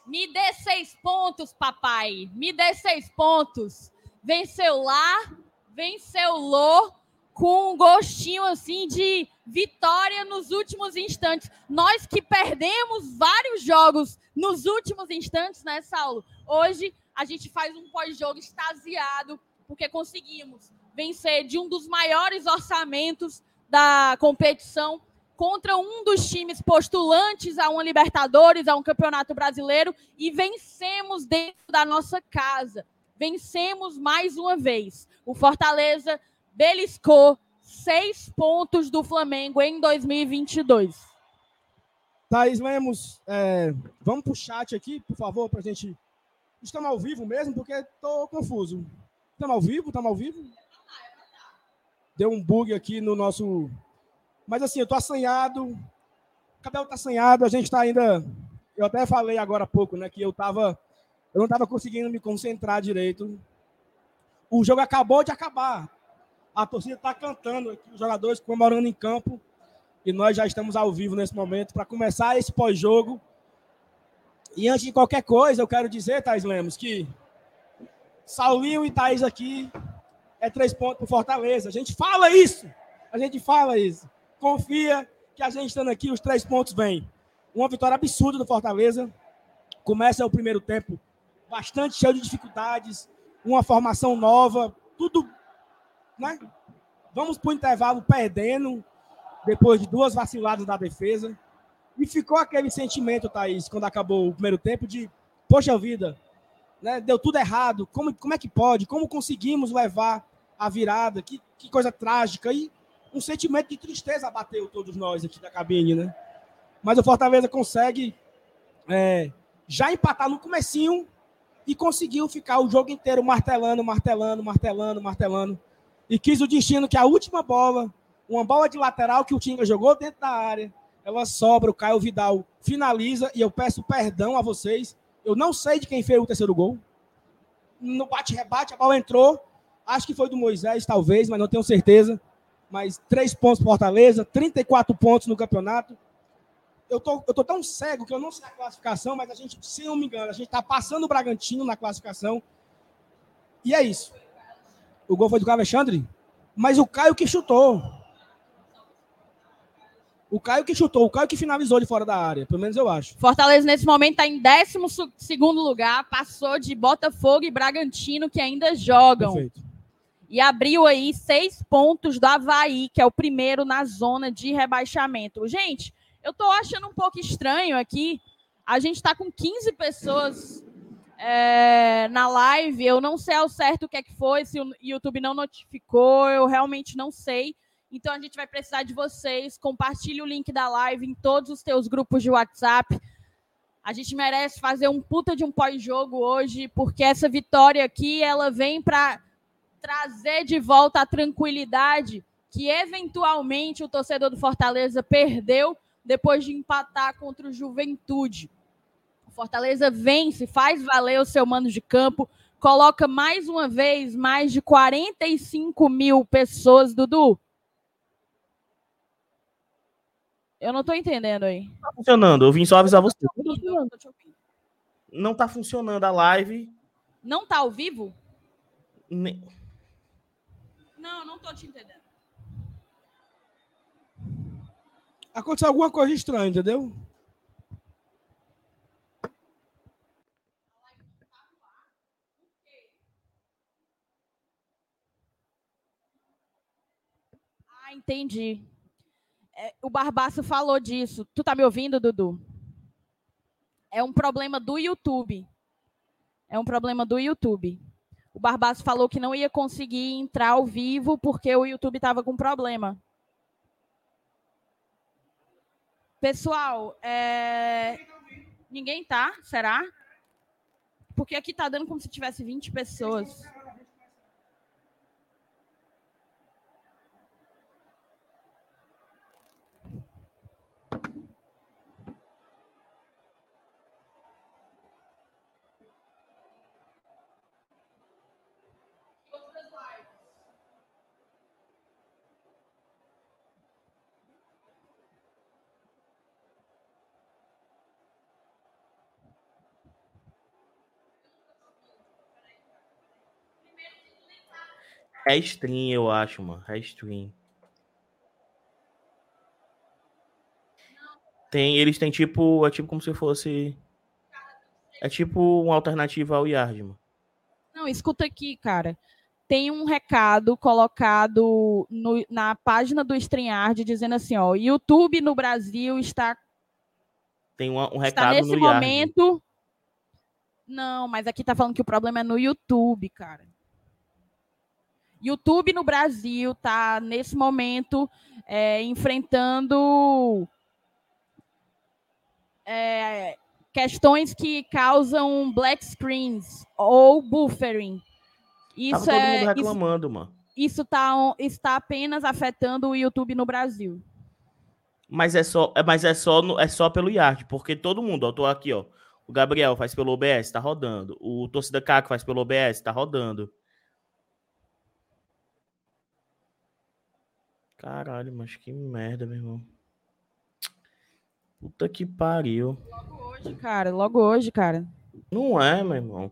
Me dê 6 pontos, papai. Me dê 6 pontos. Venceu lá, venceu Lô, com um gostinho assim de vitória nos últimos instantes. Nós que perdemos vários jogos nos últimos instantes, né, Saulo? Hoje a gente faz um pós-jogo extasiado, porque conseguimos vencer de um dos maiores orçamentos da competição contra um dos times postulantes a uma Libertadores, a um Campeonato Brasileiro, e vencemos dentro da nossa casa. Vencemos mais uma vez. O Fortaleza beliscou 6 pontos do Flamengo em 2022. Thaís Lemos, vamos para o chat aqui, por favor, para a gente... Estamos ao vivo mesmo, porque estou confuso. Estamos ao vivo? Estamos ao vivo? Deu um bug aqui no nosso... Mas assim, eu estou assanhado, o Cabelo está assanhado, a gente está ainda... Eu até falei agora há pouco, né, que eu não estava conseguindo me concentrar direito. O jogo acabou de acabar. A torcida está cantando aqui, os jogadores comemorando em campo. E nós já estamos ao vivo nesse momento para começar esse pós-jogo. E antes de qualquer coisa, eu quero dizer, Thaís Lemos, que Saulinho e Thaís aqui é 3 pontos para o Fortaleza. A gente fala isso. Confia que a gente estando aqui, os 3 pontos vêm. Uma vitória absurda do Fortaleza. Começa o primeiro tempo bastante cheio de dificuldades, uma formação nova, tudo, né? Vamos para o intervalo perdendo, depois de 2 vaciladas da defesa. E ficou aquele sentimento, Thaís, quando acabou o primeiro tempo, de, poxa vida, né? Deu tudo errado, como é que pode? Como conseguimos levar a virada? Que coisa trágica. E um sentimento de tristeza abateu todos nós aqui da cabine, né? Mas o Fortaleza consegue já empatar no comecinho e conseguiu ficar o jogo inteiro martelando. E quis o destino que a última bola, uma bola de lateral que o Tinga jogou dentro da área, ela sobra, o Caio Vidal finaliza, e eu peço perdão a vocês. Eu não sei de quem fez o terceiro gol. No bate-rebate, a bola entrou. Acho que foi do Moisés, talvez, mas não tenho certeza. Mas 3 pontos para Fortaleza, 34 pontos no campeonato. Eu tô tão cego que eu não sei a classificação, mas a gente, se não me engano, a gente está passando o Bragantino na classificação. E é isso. O gol foi do Alexandre, mas o Caio que chutou. O Caio que finalizou de fora da área, pelo menos eu acho. Fortaleza, nesse momento, está em 12º lugar, passou de Botafogo e Bragantino, que ainda jogam. Perfeito. E abriu aí 6 pontos do Avaí, que é o primeiro na zona de rebaixamento. Gente, eu tô achando um pouco estranho aqui. A gente está com 15 pessoas na live. Eu não sei ao certo o que é que foi, se o YouTube não notificou, eu realmente não sei. Então, a gente vai precisar de vocês. Compartilhe o link da live em todos os teus grupos de WhatsApp. A gente merece fazer um puta de um pós-jogo hoje, porque essa vitória aqui, ela vem para trazer de volta a tranquilidade que, eventualmente, o torcedor do Fortaleza perdeu depois de empatar contra o Juventude. O Fortaleza vence, faz valer o seu mando de campo, coloca mais uma vez mais de 45 mil pessoas, Dudu. Eu não tô entendendo aí. Tá funcionando, eu vim só avisar você. Não tá funcionando a live. Não tá ao vivo? Nem... Não tô te entendendo. Aconteceu alguma coisa estranha, entendeu? Ah, entendi. O Barbaço falou disso. Tu tá me ouvindo, Dudu? É um problema do YouTube. O Barbaço falou que não ia conseguir entrar ao vivo porque o YouTube estava com problema. Pessoal, ninguém tá? Será? Porque aqui tá dando como se tivesse 20 pessoas. Restream, eu acho, mano. Restream. Eles têm tipo. É tipo como se fosse. É tipo uma alternativa ao Yard, mano. Não, escuta aqui, cara. Tem um recado colocado na página do StreamYard dizendo assim, ó, YouTube no Brasil está Tem um está recado nesse no Yard. momento. Não, mas aqui tá falando que o problema é no YouTube, cara. YouTube no Brasil tá nesse momento enfrentando questões que causam black screens ou buffering. Tava Isso todo mundo é reclamando, mano. isso está apenas afetando o YouTube no Brasil. Mas é só pelo Yard, porque todo mundo, ó, tô aqui, ó. O Gabriel faz pelo OBS, tá rodando. O Torcida Caco faz pelo OBS, tá rodando. Caralho, mas que merda, meu irmão. Puta que pariu. Logo hoje, cara. Não é, meu irmão.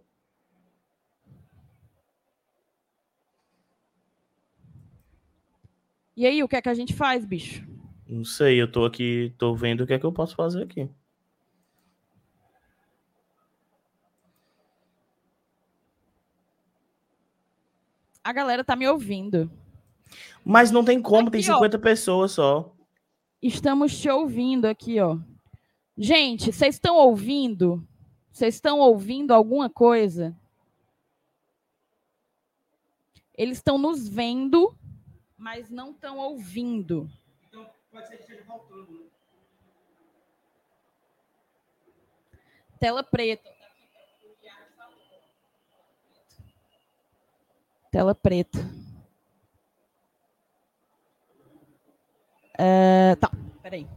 E aí, o que é que a gente faz, bicho? Não sei, eu tô aqui, tô vendo o que é que eu posso fazer aqui. A galera tá me ouvindo. Mas não tem como, Aqui, tem 50 pessoas só. Estamos te ouvindo aqui, ó. Gente, vocês estão ouvindo? Vocês estão ouvindo alguma coisa? Eles estão nos vendo, mas não estão ouvindo. Então, pode ser que esteja voltando, né? Tela preta. Tela preta. Tá, peraí.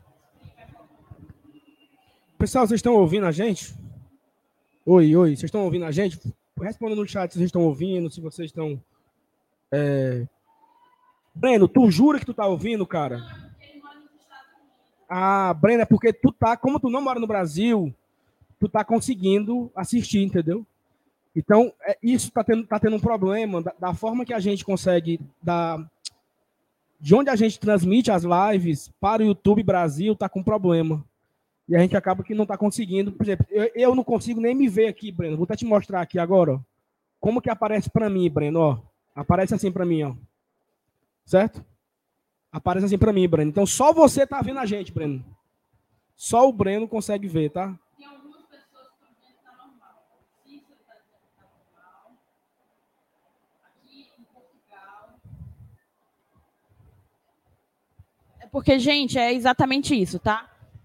Pessoal, vocês estão ouvindo a gente? Oi, vocês estão ouvindo a gente? Responda no chat se vocês estão ouvindo, se vocês estão... Breno, tu jura que tu tá ouvindo, cara? Ah, Breno, é porque tu tá, como tu não mora no Brasil, tu tá conseguindo assistir, entendeu? Então, isso tá tendo um problema da forma que a gente consegue, de onde a gente transmite as lives para o YouTube Brasil, tá com problema. E a gente acaba que não tá conseguindo. Por exemplo, eu não consigo nem me ver aqui, Breno. Vou até te mostrar aqui agora, ó. Como que aparece para mim, Breno, ó. Aparece assim para mim, ó. Certo? Aparece assim para mim, Breno. Então, só você tá vendo a gente, Breno. Só o Breno consegue ver, tá? Tem algumas pessoas que estão dizendo que tá normal. Cícero tá dizendo que tá normal. Aqui em Portugal. É porque, gente, é exatamente isso, tá?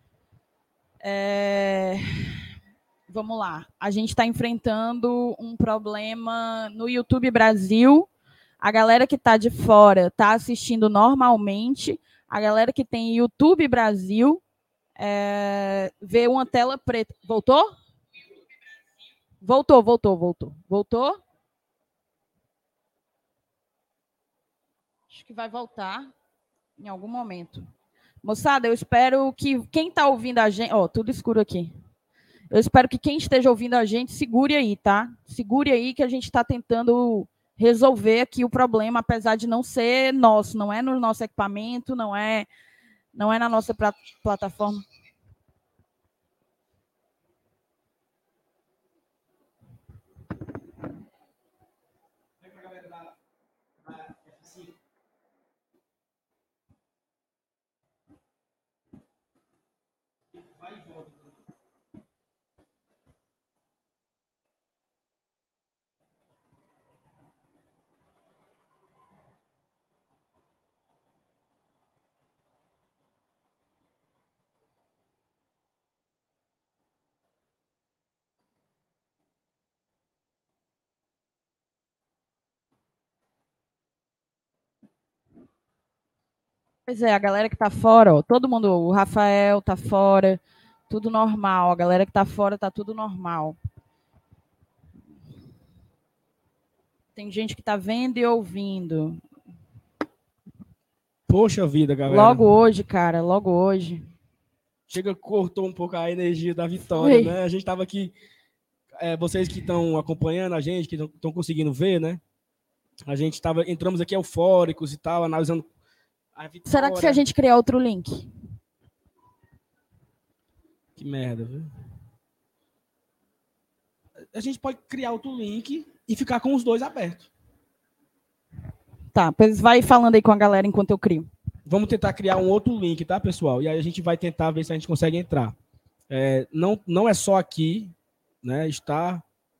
Vamos lá. A gente está enfrentando um problema no YouTube Brasil. A galera que está de fora está assistindo normalmente. A galera que tem YouTube Brasil vê uma tela preta. Voltou? Voltou? Acho que vai voltar em algum momento. Moçada, eu espero que quem está ouvindo a gente... Ó, tudo escuro aqui. Eu espero que quem esteja ouvindo a gente segure aí, tá? Segure aí que a gente está tentando resolver aqui o problema, apesar de não ser nosso, não é no nosso equipamento, não é na nossa plataforma. Pois é, a galera que tá fora, ó, todo mundo, o Rafael tá fora, tudo normal. A galera que tá fora tá tudo normal. Tem gente que tá vendo e ouvindo. Poxa vida, galera. Logo hoje, cara, logo hoje. Chega, cortou um pouco a energia da vitória, Oi. né? A gente tava aqui, vocês que estão acompanhando a gente, que estão conseguindo ver, né? A gente entramos aqui eufóricos e tal, analisando a vitória. Será que se a gente criar outro link? Que merda, viu? A gente pode criar outro link e ficar com os dois abertos. Tá, pois vai falando aí com a galera enquanto eu crio. Vamos tentar criar um outro link, tá, pessoal? E aí a gente vai tentar ver se a gente consegue entrar. Não é só aqui, né? Está...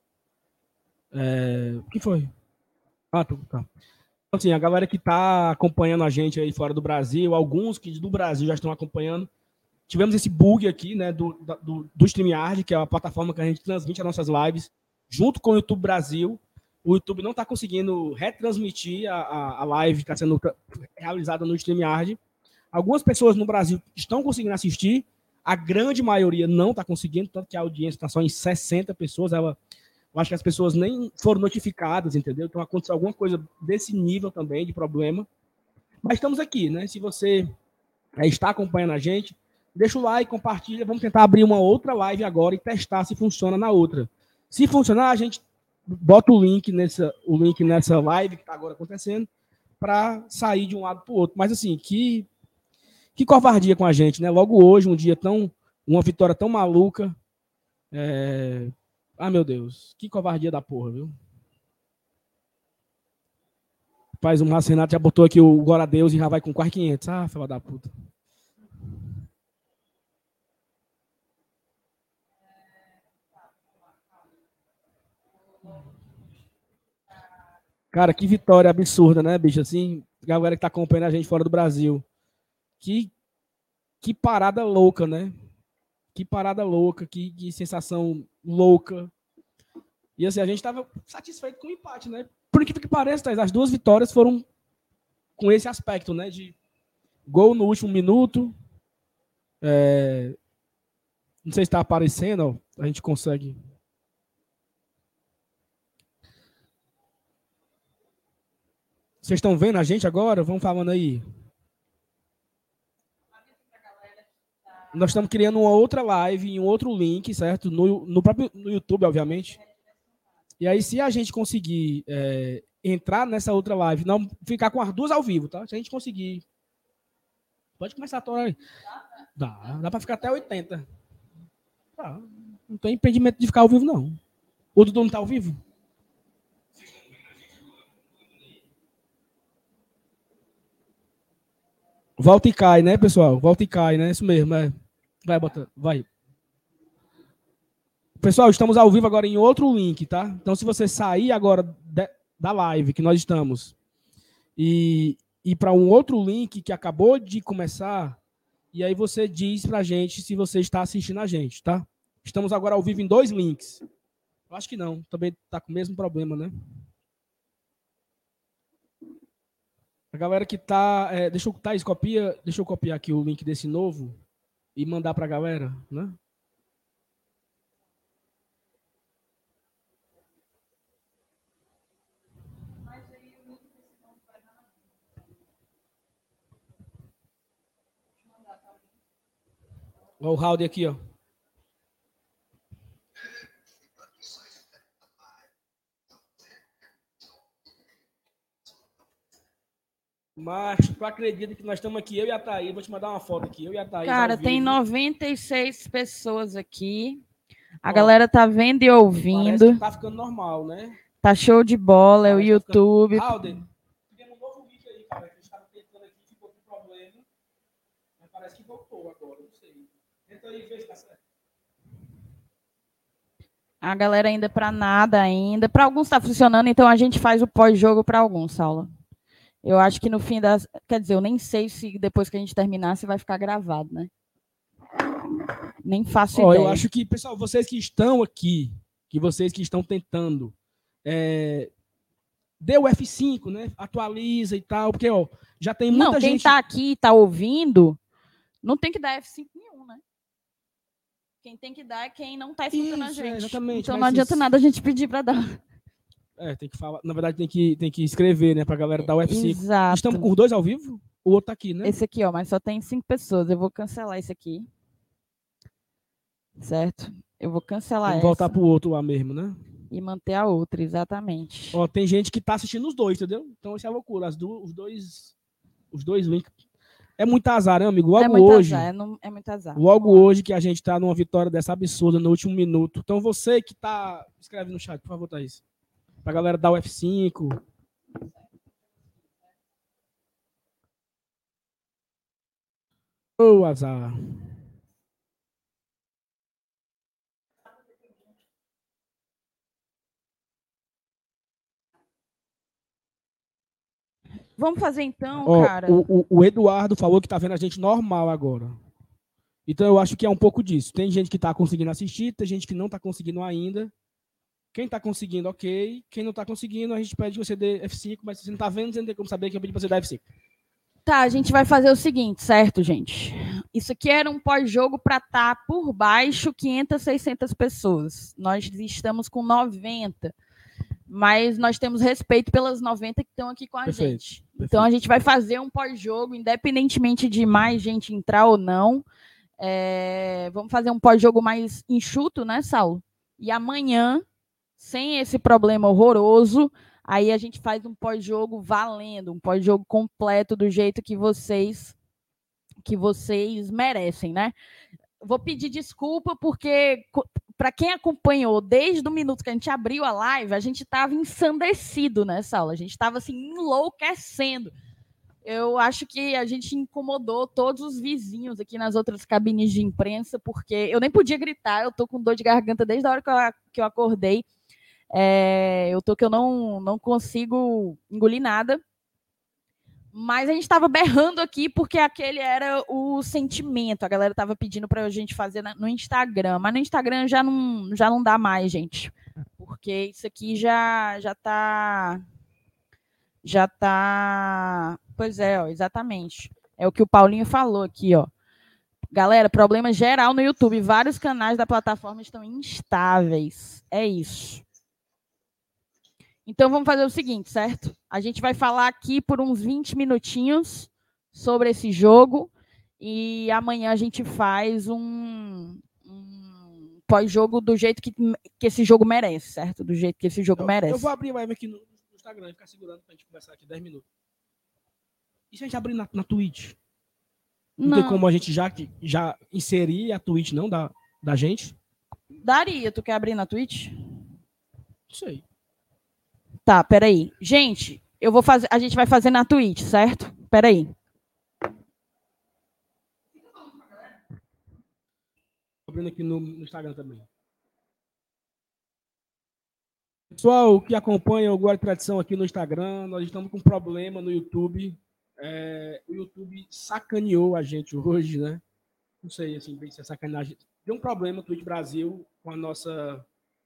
O que foi? Ah, tá. Então, assim, a galera que está acompanhando a gente aí fora do Brasil, alguns que do Brasil já estão acompanhando, tivemos esse bug aqui, né, do StreamYard, que é a plataforma que a gente transmite as nossas lives, junto com o YouTube Brasil. O YouTube não está conseguindo retransmitir a live que está sendo realizada no StreamYard. Algumas pessoas no Brasil estão conseguindo assistir, a grande maioria não está conseguindo, tanto que a audiência está só em 60 pessoas. Eu acho que as pessoas nem foram notificadas, entendeu? Então aconteceu alguma coisa desse nível também, de problema. Mas estamos aqui, né? Se você está acompanhando a gente, deixa o like, compartilha. Vamos tentar abrir uma outra live agora e testar se funciona na outra. Se funcionar, a gente bota o link nessa live que está agora acontecendo para sair de um lado para o outro. Mas assim, que covardia com a gente, né? Logo hoje, uma vitória tão maluca. Ah, meu Deus, que covardia da porra, viu? Rapaz, o Márcio Renato já botou aqui o Glória a Deus e já vai com quase 500. Ah, filha da puta. Cara, que vitória absurda, né, bicho? Assim, galera que tá acompanhando a gente fora do Brasil. Que parada louca, né? Que parada louca, que sensação louca. E assim, a gente estava satisfeito com o empate, né? Por incrível que pareça, as duas vitórias foram com esse aspecto, né? De gol no último minuto. Não sei se está aparecendo, ó, a gente consegue. Vocês estão vendo a gente agora? Vamos falando aí. Nós estamos criando uma outra live em um outro link, certo? No próprio YouTube, obviamente. E aí, se a gente conseguir entrar nessa outra live, não ficar com as duas ao vivo, tá? Se a gente conseguir. Pode começar a torar aí. Dá para ficar até 80. Tá. Não tem impedimento de ficar ao vivo, não. O Dudu não está ao vivo? Volta e cai, né, pessoal? Volta e cai, né? Isso mesmo, Vai, bota. Vai. Pessoal, estamos ao vivo agora em outro link, tá? Então, se você sair agora da live que nós estamos e ir para um outro link que acabou de começar, e aí você diz pra gente se você está assistindo a gente, tá? Estamos agora ao vivo em 2 links. Eu acho que não, também tá com o mesmo problema, né? A galera que tá... deixa eu copiar aqui o link desse novo e mandar pra galera, né? Olha o Raul aqui, ó. Macho, tu acredita que nós estamos aqui, eu e a Thaís, vou te mandar uma foto aqui, eu e a Thaís. Cara, tem 96 pessoas aqui. A galera tá vendo e ouvindo. Parece que tá ficando normal, né? Tá show de bola, é o YouTube. Raul, tivemos um novo vídeo aí, cara, que a gente tava tentando aqui, ficou com problema. Mas parece que voltou agora, não sei. Tenta aí ver se tá certo. A galera ainda para nada ainda. Para alguns está funcionando, então a gente faz o pós-jogo para alguns, Saulo. Eu acho que no fim das... Quer dizer, eu nem sei se depois que a gente terminar se vai ficar gravado, né? Nem faço ideia. Eu acho que, pessoal, vocês que estão aqui, vocês que estão tentando, dê o F5, né? Atualiza e tal, porque já tem muita gente... Quem está aqui e está ouvindo, não tem que dar F5 nenhum, né? Quem tem que dar é quem não está escutando a gente. Exatamente. Então não adianta nada a gente pedir para dar. Tem que falar. Na verdade, tem que escrever, né? Pra galera dar o F5. Exato. Estamos com os 2 ao vivo? O outro tá aqui, né? Esse aqui, mas só tem 5 pessoas. Eu vou cancelar esse aqui. Certo? Eu vou cancelar esse. Voltar pro outro lá mesmo, né? E manter a outra, exatamente. Ó, tem gente que tá assistindo os dois, entendeu? Então isso é loucura. Os dois links. É muito azar, né, amigo? Logo hoje. É muito azar. Logo hoje que a gente tá numa vitória dessa absurda no último minuto. Então você que tá. Escreve no chat, por favor, Thaís. Pra galera dar o F5. Ô, azar. Vamos fazer então, Ó, cara. o Eduardo falou que tá vendo a gente normal agora. Então eu acho que é um pouco disso. Tem gente que tá conseguindo assistir, tem gente que não tá conseguindo ainda. Quem tá conseguindo, ok. Quem não tá conseguindo, a gente pede que você dê F5, mas se você não tá vendo, você não tem como saber que eu pedi pra você dar F5. Tá, a gente vai fazer o seguinte, certo, gente? Isso aqui era um pós-jogo para estar por baixo 500, 600 pessoas. Nós estamos com 90, mas nós temos respeito pelas 90 que estão aqui com a gente. Então a gente vai fazer um pós-jogo, independentemente de mais gente entrar ou não. Vamos fazer um pós-jogo mais enxuto, né, Saulo? E amanhã, sem esse problema horroroso, aí a gente faz um pós-jogo valendo, um pós-jogo completo do jeito que vocês merecem, né? Vou pedir desculpa porque para quem acompanhou desde o minuto que a gente abriu a live, a gente estava ensandecido nessa aula, a gente estava assim enlouquecendo. Eu acho que a gente incomodou todos os vizinhos aqui nas outras cabines de imprensa, porque eu nem podia gritar, eu tô com dor de garganta desde a hora que eu acordei. Eu tô que eu não consigo engolir nada. Mas a gente estava berrando aqui porque aquele era o sentimento. A galera estava pedindo para a gente fazer no Instagram. Mas no Instagram já não dá mais, gente. Porque isso aqui já tá... Pois é, ó, exatamente. É o que o Paulinho falou aqui, ó. Galera, problema geral no YouTube. Vários canais da plataforma estão instáveis. É isso. Então, vamos fazer o seguinte, certo? A gente vai falar aqui por uns 20 minutinhos sobre esse jogo e amanhã a gente faz um pós-jogo do jeito que esse jogo merece, certo? Do jeito que esse jogo merece. Eu vou abrir o live aqui no Instagram e ficar segurando pra gente conversar aqui 10 minutos. E se a gente abrir na Twitch? Não tem como a gente já inserir a Twitch, não, da gente? Daria. Tu quer abrir na Twitch? Não sei. Tá, peraí. Gente, a gente vai fazer na Twitch, certo? Peraí. Abrindo aqui no Instagram também. Pessoal que acompanha o Glória e Tradição aqui no Instagram, nós estamos com um problema no YouTube. O YouTube sacaneou a gente hoje, né? Não sei assim, bem se é sacanagem. Deu um problema no Twitch Brasil com a nossa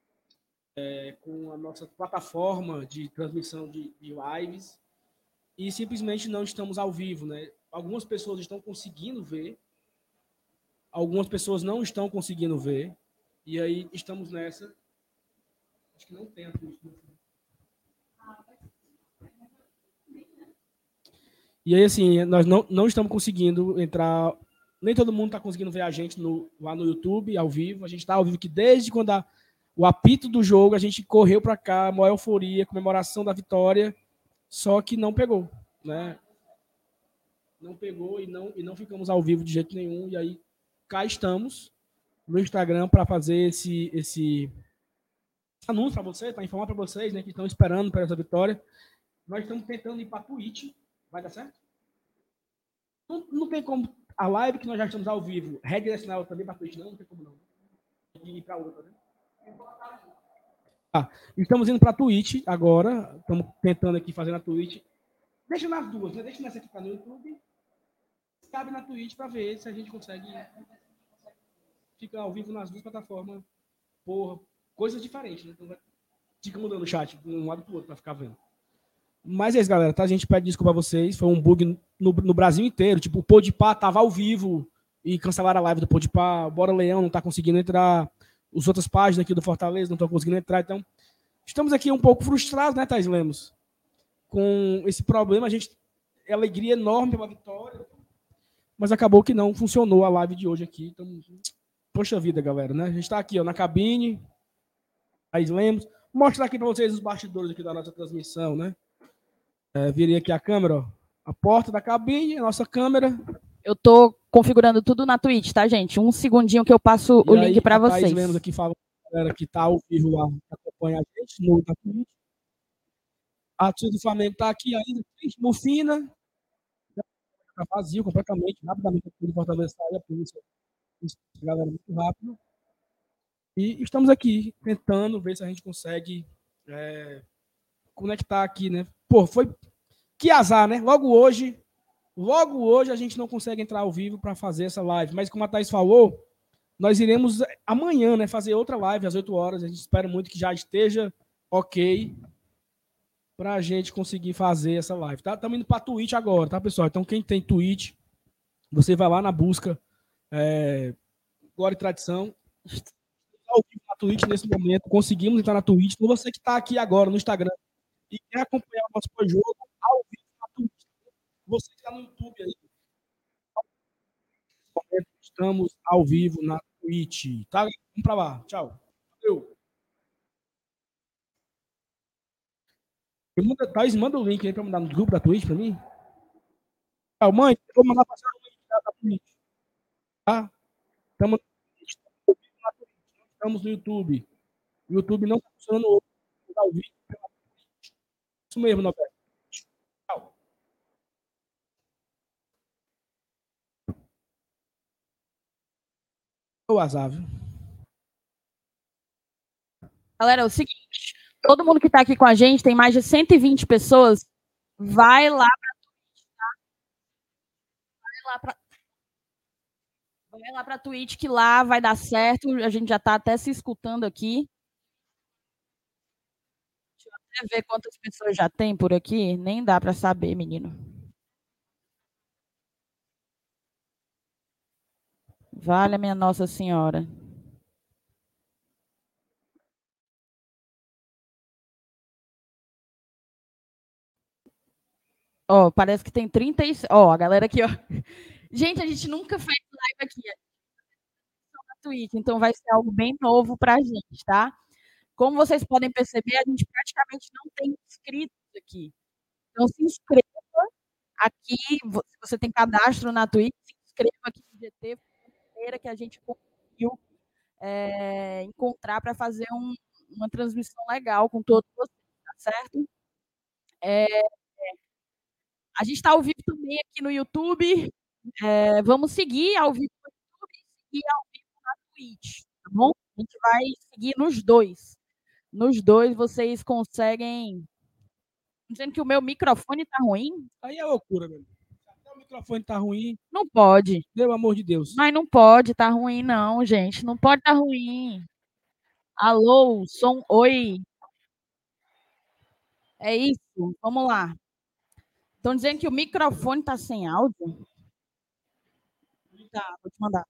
plataforma de transmissão de lives e simplesmente não estamos ao vivo, né? Algumas pessoas estão conseguindo ver, algumas pessoas não estão conseguindo ver, e aí estamos nessa. Acho que não tem a Twitch. E aí, assim, nós não estamos conseguindo entrar, nem todo mundo está conseguindo ver a gente lá no YouTube, ao vivo. A gente está ao vivo que desde quando o apito do jogo, a gente correu para cá, maior euforia, comemoração da vitória, só que não pegou, né? Não pegou e não ficamos ao vivo de jeito nenhum. E aí, cá estamos no Instagram para fazer esse anúncio para vocês, para informar para vocês, né, que estão esperando por essa vitória. Nós estamos tentando ir para a Twitch. Vai dar certo? Não tem como a live que nós já estamos ao vivo redirecionar também para a Twitch, não tem como não. Tem que ir para outra, né? Estamos indo para a Twitch agora. Estamos tentando aqui fazer na Twitch. Deixa nas duas, né? Deixa nessa aqui para no YouTube. Cabe na Twitch para ver se a gente consegue ficar ao vivo nas duas plataformas por coisas diferentes, né? Então fica mudando o chat de um lado para o outro para ficar vendo. Mas é isso, galera, tá? A gente pede desculpa a vocês. Foi um bug no Brasil inteiro. Tipo, o Podpah tava ao vivo e cancelaram a live do Podpah. O Bora Leão não tá conseguindo entrar. As outras páginas aqui do Fortaleza não estão conseguindo entrar. Então, estamos aqui um pouco frustrados, né, Thais Lemos? Com esse problema. A gente é alegria enorme pela vitória. Mas acabou que não funcionou a live de hoje aqui. Então, poxa vida, galera, né? A gente tá aqui, ó, na cabine. Thais Lemos. mostrar aqui para vocês os bastidores aqui da nossa transmissão, né? Virei aqui a câmera, ó. A porta da cabine, a nossa câmera. Eu tô configurando tudo na Twitch, tá, gente? Um segundinho que eu passo o link para vocês. Thaís Lemos aqui falando com a galera que tá ao vivo lá, que acompanha a gente no Twitch. A torcida do Flamengo tá aqui ainda, Mufina. Tá vazio completamente, rapidamente tudo Fortaleza sai, a polícia, a galera muito rápido. E estamos aqui tentando ver se a gente consegue conectar aqui, né? Pô, foi que azar, né? Logo hoje a gente não consegue entrar ao vivo para fazer essa live, mas como a Thaís falou, nós iremos amanhã, né, fazer outra live às 8 horas. A gente espera muito que já esteja ok para a gente conseguir fazer essa live. Tá? Estamos indo para a Twitch agora, tá, pessoal? Então, quem tem Twitch, você vai lá na busca Glória e Tradição. Estamos ao vivo na Twitch nesse momento. Conseguimos entrar na Twitch. Então, você que está aqui agora no Instagram e quer acompanhar o nosso pós-jogo ao vivo na Twitch, você que está no YouTube aí, estamos ao vivo na Twitch. Tá? Vamos para lá. Tchau. Valeu. Thaís, manda o link aí para mandar no grupo da Twitch para mim. Mãe, eu vou mandar passar o link da Twitch. Tá? Estamos no YouTube. O YouTube não está funcionando hoje. Está ao vivo. Isso mesmo, Norberto. Tchau. O azar, viu? Galera, é o seguinte, todo mundo que está aqui com a gente, tem mais de 120 pessoas, vai lá para a Twitch, tá? Vai lá para a Twitch, que lá vai dar certo. A gente já está até se escutando aqui. Deixa eu até ver quantas pessoas já tem por aqui. Nem dá para saber, menino. Vale a minha Nossa Senhora. Ó, parece que tem 30 e... Ó, a galera aqui, ó. Gente, a gente nunca fez live aqui. Na Twitch, então vai ser algo bem novo pra gente, tá? Como vocês podem perceber, a gente praticamente não tem inscritos aqui. Então se inscreva aqui, se você tem cadastro na Twitch, se inscreva aqui no GT, que a gente conseguiu encontrar para fazer uma transmissão legal com todos vocês, tá certo? A gente está ao vivo também aqui no YouTube. Vamos seguir ao vivo no YouTube e seguir ao vivo na Twitch, tá bom? A gente vai seguir nos dois. Nos dois vocês conseguem. Dizendo que o meu microfone tá ruim? Aí é loucura, meu. Até o microfone tá ruim. Não pode. Pelo amor de Deus. Mas não pode tá ruim, não, gente. Não pode tá ruim. Alô, som. Oi. É isso. Vamos lá. Estão dizendo que o microfone tá sem áudio? Tá, vou te mandar.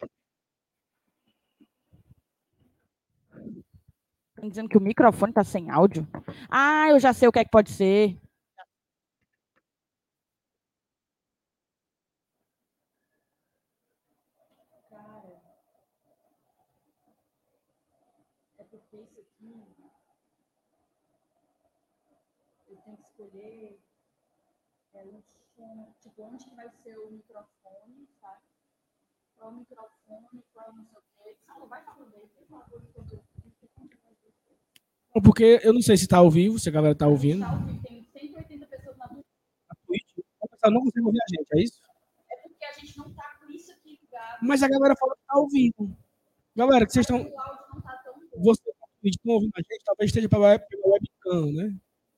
Estão dizendo que o microfone tá sem áudio? Ah, eu já sei o que é que pode ser. Cara, é porque isso aqui eu tenho que escolher um som, tipo, onde que vai ser o microfone, sabe? Qual o microfone, qual não sei o quê. Ah, não vai falando aí, por favor, enquanto eu... Porque eu não sei se está ao vivo, se a galera está ouvindo. Tá ao vivo, tem 180 pessoas na Twitch. A pessoa não consegue ouvir a gente, é isso? É porque a gente não tá com isso aqui ligado. Mas a galera fala que está ao vivo. Galera, que vocês estão. O áudio não tá tão bom. Vocês estão ouvindo a gente, talvez esteja pela webcam, né?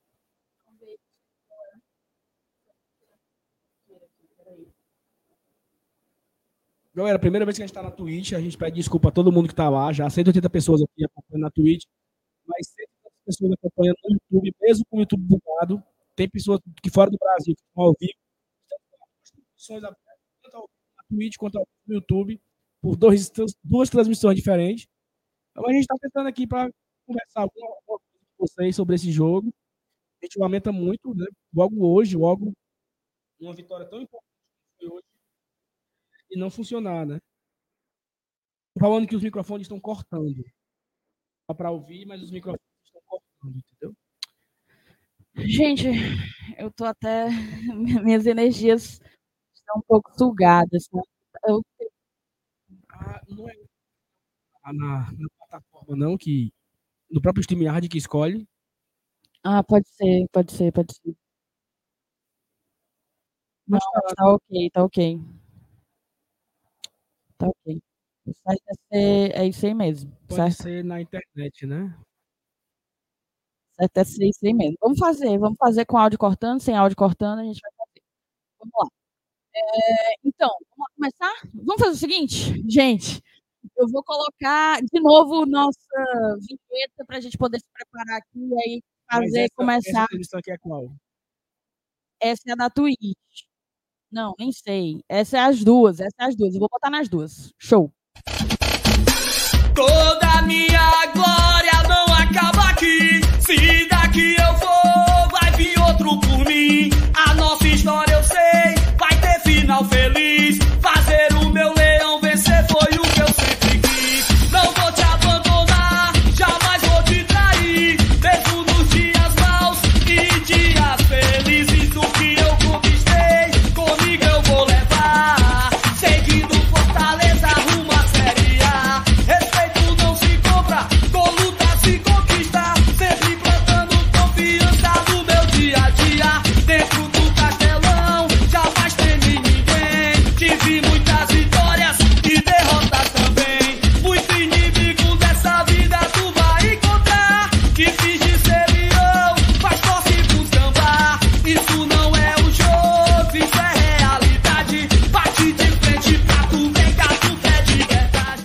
Galera, primeira vez que a gente está na Twitch, a gente pede desculpa a todo mundo que está lá, já 180 pessoas aqui acompanhando na Twitch, mas 180 pessoas acompanhando no YouTube, mesmo com o YouTube bugado. Tem pessoas que fora do Brasil que estão ao vivo. Transmissões abertas, tanto na Twitch quanto no YouTube, por duas transmissões diferentes. Então a gente está tentando aqui para conversar alguma coisa com vocês sobre esse jogo. A gente lamenta muito, né? Logo hoje, logo uma vitória tão importante que foi hoje, e não funcionar, né? Falando que os microfones estão cortando. Dá para ouvir, mas os microfones estão cortando. jogando, entendeu? Gente, eu tô até. Minhas energias estão um pouco sugadas. Né? Eu... Não é na plataforma, não, que no próprio StreamYard que escolhe. pode ser, pode ser, pode ser. Não, Mas tá ok, tá ok. Tá ok. O certo é isso aí mesmo, pode certo? ser na internet, né? Certo é ser isso aí mesmo. Vamos fazer com áudio cortando, sem áudio cortando, a gente vai fazer. Vamos lá. Então, vamos começar? Vamos fazer o seguinte, gente. Eu vou colocar de novo nossa vinheta para a gente poder se preparar aqui e aí Mas fazer essa começar. transmissão aqui é qual? Essa é a da Twitch. Não, nem sei. Essa é as duas. Eu vou botar nas duas. Show. Toda minha glória não acaba aqui. Se daqui eu for, vai vir outro por mim. A nossa história eu sei, vai ter final feliz. Fazer o meu leão vencer foi o que eu sempre quis. Não vou te abandonar, jamais vou te trair. Mesmo nos dias maus e dias felizes. Do que eu conquistei, comigo eu vou levar. Seguindo Fortaleza rumo à Série A. Respeito não se compra, com luta se conquista. Sempre plantando confiança no meu dia a dia. Dentro do Castelão, jamais teme ninguém. Tive muitas vitórias e derrotas também. Muito inimigo dessa vida tu vai encontrar. Que finge ser leão, mas torce pros gambá. Isso não é um jogo, isso é realidade. Bate de frente pra tu ver que a luta é de verdade.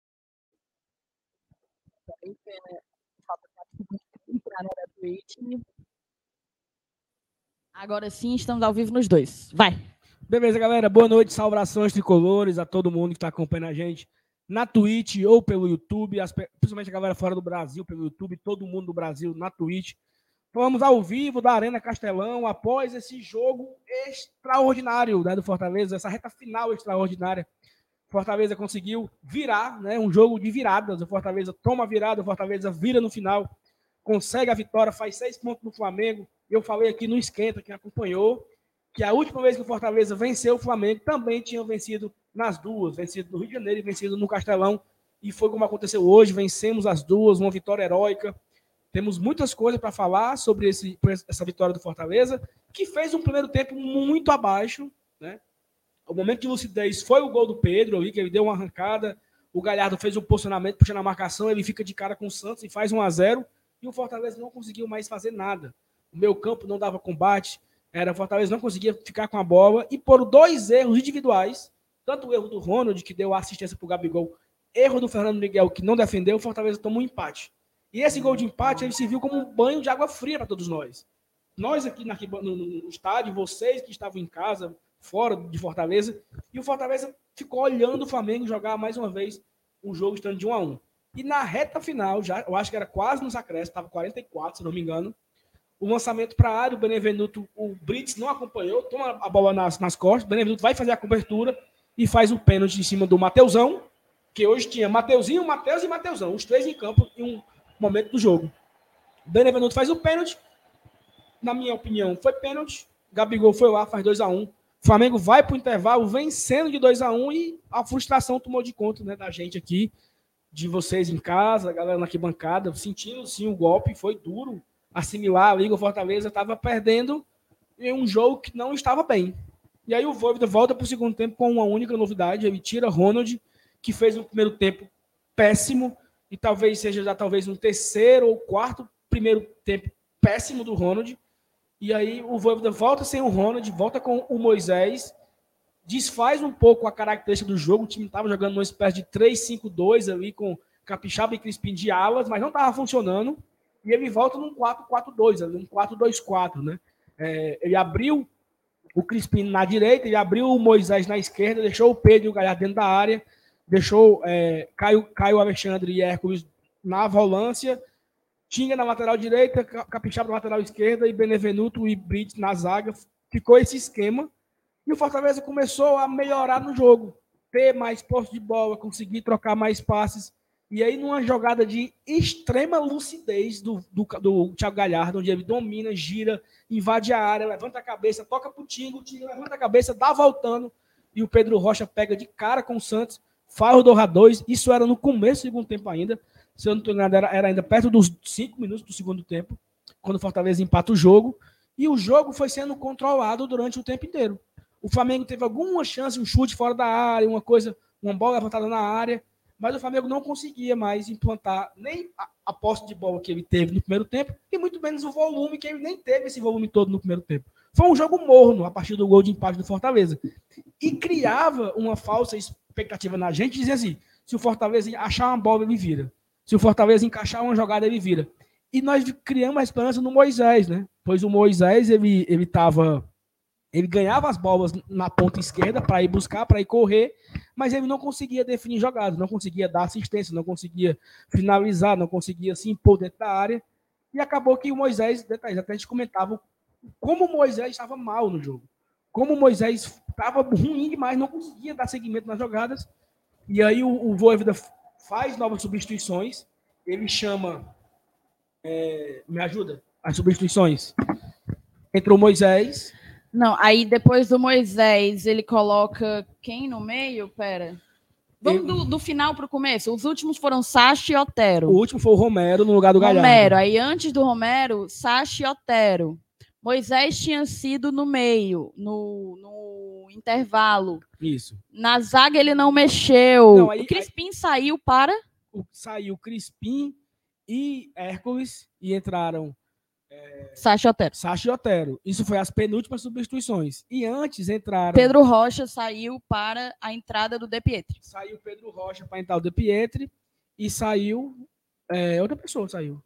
Agora sim, estamos ao vivo nos dois. Vai. Beleza, galera. Boa noite, saudações tricolores a todo mundo que está acompanhando a gente na Twitch ou pelo YouTube, principalmente a galera fora do Brasil pelo YouTube, todo mundo do Brasil na Twitch. Vamos ao vivo da Arena Castelão após esse jogo extraordinário, né, do Fortaleza, essa reta final extraordinária. Fortaleza conseguiu virar, né, um jogo de viradas. O Fortaleza toma a virada, o Fortaleza vira no final, consegue a vitória, faz 6 pontos no Flamengo. Eu falei aqui no Esquenta, quem acompanhou, que a última vez que o Fortaleza venceu o Flamengo também tinha vencido nas duas, vencido no Rio de Janeiro e vencido no Castelão, e foi como aconteceu hoje, vencemos as duas, uma vitória heróica. Temos muitas coisas para falar sobre essa vitória do Fortaleza, que fez um primeiro tempo muito abaixo, né? O momento de lucidez foi o gol do Pedro, ali, que ele deu uma arrancada, o Galhardo fez um posicionamento, puxando a marcação, ele fica de cara com o Santos e faz 1-0, e o Fortaleza não conseguiu mais fazer nada. O meio campo não dava combate, o Fortaleza não conseguia ficar com a bola, e por 2 erros individuais, tanto o erro do Ronald, que deu a assistência para o Gabigol, erro do Fernando Miguel, que não defendeu, o Fortaleza tomou um empate. E esse gol de empate, ele serviu como um banho de água fria para todos nós. Nós aqui no estádio, vocês que estavam em casa, fora de Fortaleza, e o Fortaleza ficou olhando o Flamengo jogar mais uma vez um jogo estando de 1-1. E na reta final, já, eu acho que era quase nos acréscimos, estava 44, se não me engano, o lançamento para a área, o Benevenuto, o Brits não acompanhou, toma a bola nas costas, o Benevenuto vai fazer a cobertura e faz o pênalti em cima do Mateusão, que hoje tinha Mateuzinho, Mateus e Mateusão, os três em campo em um momento do jogo. O Benevenuto faz o pênalti, na minha opinião, foi pênalti, Gabigol foi lá, faz 2-1, Flamengo vai para o intervalo vencendo de 2-1 e a frustração tomou de conta, né, da gente aqui, de vocês em casa, a galera na arquibancada, sentindo sim o golpe, foi duro assimilar. A Liga Fortaleza estava perdendo em um jogo que não estava bem. E aí o Voivoda volta para o segundo tempo com uma única novidade, ele tira Ronald, que fez um primeiro tempo péssimo, e talvez seja já talvez um terceiro ou quarto primeiro tempo péssimo do Ronald. E aí o Voivoda volta sem o Ronald, volta com o Moisés, desfaz um pouco a característica do jogo. O time estava jogando uma espécie de 3-5-2 ali com Capixaba e Crispim de alas, mas não estava funcionando. E ele volta num 4-4-2, num 4-2-4, né? Ele abriu o Crispim na direita, ele abriu o Moisés na esquerda, deixou o Pedro e o Galhardo dentro da área, deixou Caio Alexandre e Hércules na volância, Tinga na lateral direita, Capixaba na lateral esquerda e Benevenuto e Brits na zaga. Ficou esse esquema. E o Fortaleza começou a melhorar no jogo. Ter mais posse de bola, conseguir trocar mais passes. E aí, numa jogada de extrema lucidez do Thiago Galhardo, onde ele domina, gira, invade a área, levanta a cabeça, toca pro Tinga, o Tinga levanta a cabeça, dá voltando, e o Pedro Rocha pega de cara com o Santos, faz o 2-2. Isso era no começo do segundo tempo ainda. Se eu não estou enganado, era ainda perto dos 5 minutos do segundo tempo, quando o Fortaleza empata o jogo. E o jogo foi sendo controlado durante o tempo inteiro. O Flamengo teve alguma chance, um chute fora da área, uma bola levantada na área, mas o Flamengo não conseguia mais implantar nem a posse de bola que ele teve no primeiro tempo, e muito menos o volume, que ele nem teve esse volume todo no primeiro tempo. Foi um jogo morno a partir do gol de empate do Fortaleza. E criava uma falsa expectativa na gente, dizendo assim, se o Fortaleza achar uma bola, ele vira. Se o Fortaleza encaixar uma jogada, ele vira. E nós criamos a esperança no Moisés, né? Pois o Moisés, ele ganhava as bolas na ponta esquerda para ir buscar, para ir correr, mas ele não conseguia definir jogadas, não conseguia dar assistência, não conseguia finalizar, não conseguia se impor dentro da área. E acabou que o Moisés, até a gente comentava como o Moisés estava mal no jogo. Como o Moisés estava ruim demais, não conseguia dar seguimento nas jogadas. E aí o Vojvoda faz novas substituições, ele chama... me ajuda? As substituições. Entrou Moisés... Não, aí depois do Moisés, ele coloca quem no meio? Pera. Vamos do final para o começo. Os últimos foram Sacha e Otero. O último foi o Romero no lugar do Galhardo. Romero. Aí antes do Romero, Sacha e Otero. Moisés tinha sido no meio, no intervalo. Isso. Na zaga ele não mexeu. Não, o Crispim saiu para... Saiu Crispim e Hércules e entraram... Sacha e Otero. Isso foi as penúltimas substituições. E antes entraram... Pedro Rocha saiu para a entrada do De Pietri. Saiu Pedro Rocha para entrar o De Pietri e saiu... outra pessoa saiu.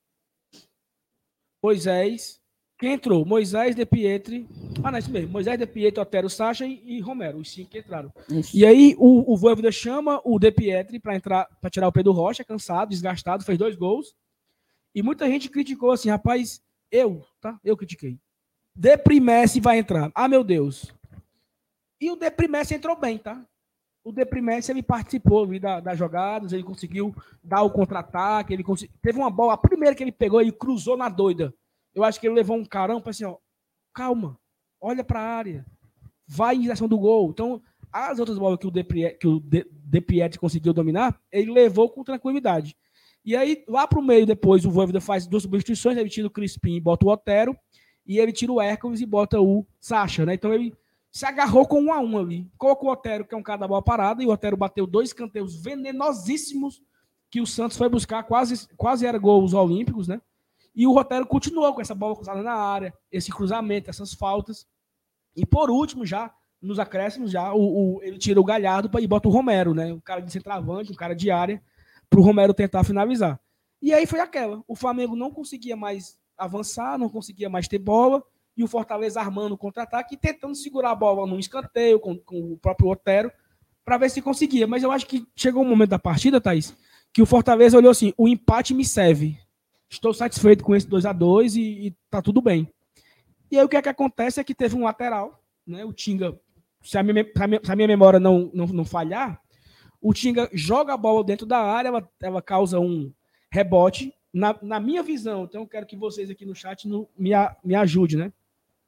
Moisés. Quem entrou? Moisés, De Pietri... não, isso mesmo. Moisés, De Pietri, Otero, Sacha e Romero. Os 5 que entraram. Isso. E aí o Vojvoda chama o De Pietri para tirar o Pedro Rocha, cansado, desgastado, fez 2 gols. E muita gente criticou assim, rapaz, eu critiquei. Deprimesse vai entrar. Ah, meu Deus. E o Deprimesse entrou bem, tá? O Deprimesse, ele participou das jogadas, ele conseguiu dar o contra-ataque, teve uma bola, a primeira que ele pegou, ele cruzou na doida. Eu acho que ele levou um carão para assim, ó, calma, olha para a área, vai em direção do gol. Então, as outras bolas que o De Pietri conseguiu dominar, ele levou com tranquilidade. E aí, lá pro meio, depois, o Vojvoda faz 2 substituições, ele tira o Crispim e bota o Otero, e ele tira o Hércules e bota o Sacha, né? Então, ele se agarrou com 1-1 ali. Colocou o Otero, que é um cara da bola parada, e o Otero bateu 2 escanteios venenosíssimos que o Santos foi buscar, quase era gols olímpicos, né? E o Otero continuou com essa bola cruzada na área, esse cruzamento, essas faltas. E, por último, já, nos acréscimos, ele tira o Galhardo e bota o Romero, né? Um cara de centroavante, um cara de área, para o Romero tentar finalizar. E aí foi aquela. O Flamengo não conseguia mais avançar, não conseguia mais ter bola, e o Fortaleza armando o contra-ataque e tentando segurar a bola num escanteio com o próprio Otero, para ver se conseguia. Mas eu acho que chegou um momento da partida, Thaís, que o Fortaleza olhou assim, o empate me serve. Estou satisfeito com esse 2-2 e tá tudo bem. E aí o que é que acontece é que teve um lateral, né? O Tinga, se a minha memória não falhar, o Tinga joga a bola dentro da área, ela causa um rebote. Na minha visão, então eu quero que vocês aqui no chat me ajudem, né?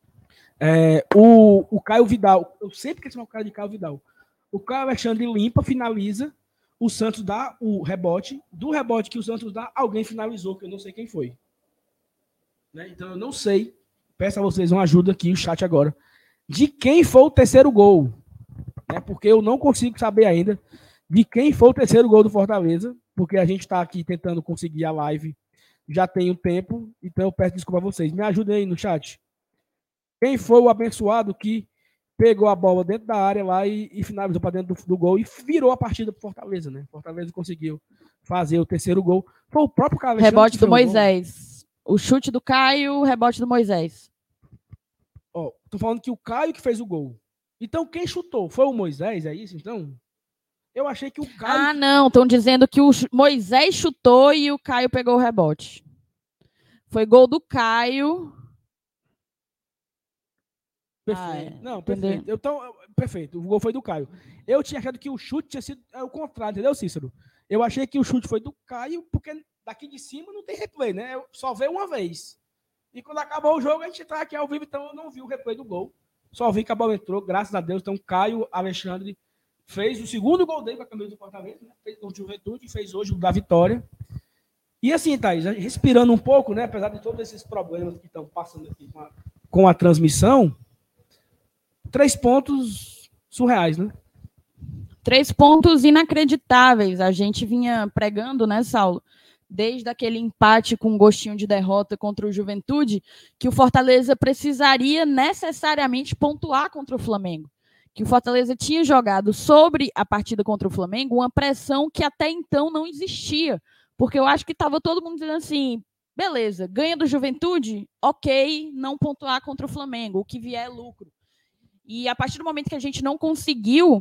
O Caio Vidal, eu sempre quis chamar o cara de Caio Vidal. O Caio Alexandre limpa, finaliza, o Santos dá o rebote. Do rebote que o Santos dá, alguém finalizou, que eu não sei quem foi. Né? Então eu não sei, peço a vocês uma ajuda aqui, o chat agora, de quem foi o terceiro gol. Né? Porque eu não consigo saber ainda de quem foi o terceiro gol do Fortaleza, porque a gente está aqui tentando conseguir a live já tem um tempo, então eu peço desculpa a vocês. Me ajudem aí no chat. Quem foi o abençoado que pegou a bola dentro da área lá e finalizou para dentro do gol e virou a partida para Fortaleza, né? Fortaleza conseguiu fazer o terceiro gol. Foi o próprio Carlos. Rebote do Moisés. O chute do Caio, o rebote do Moisés. Tô falando que o Caio que fez o gol. Então quem chutou? Foi o Moisés, é isso então? Eu achei que o Caio... Ah, não. Estão dizendo que o Moisés chutou e o Caio pegou o rebote. Foi gol do Caio. Perfeito. Não, perfeito. Então, perfeito. O gol foi do Caio. Eu tinha achado que o chute tinha sido o contrário, entendeu, Cícero? Eu achei que o chute foi do Caio, porque daqui de cima não tem replay, né? Eu só veio uma vez. E quando acabou o jogo, a gente tá aqui ao vivo, então eu não vi o replay do gol. Só vi que a bola entrou, graças a Deus. Então, Caio Alexandre fez o segundo gol dele com a camisa do Fortaleza, né? Fez o Juventude e fez hoje o da vitória. E assim, Thaís, respirando um pouco, né? Apesar de todos esses problemas que estão passando aqui com a transmissão, 3 pontos surreais, né? 3 pontos inacreditáveis. A gente vinha pregando, né, Saulo? Desde aquele empate com gostinho de derrota contra o Juventude, que o Fortaleza precisaria necessariamente pontuar contra o Flamengo. Que o Fortaleza tinha jogado sobre a partida contra o Flamengo uma pressão que até então não existia. Porque eu acho que estava todo mundo dizendo assim, beleza, ganha do Juventude, ok, não pontuar contra o Flamengo, o que vier é lucro. E a partir do momento que a gente não conseguiu,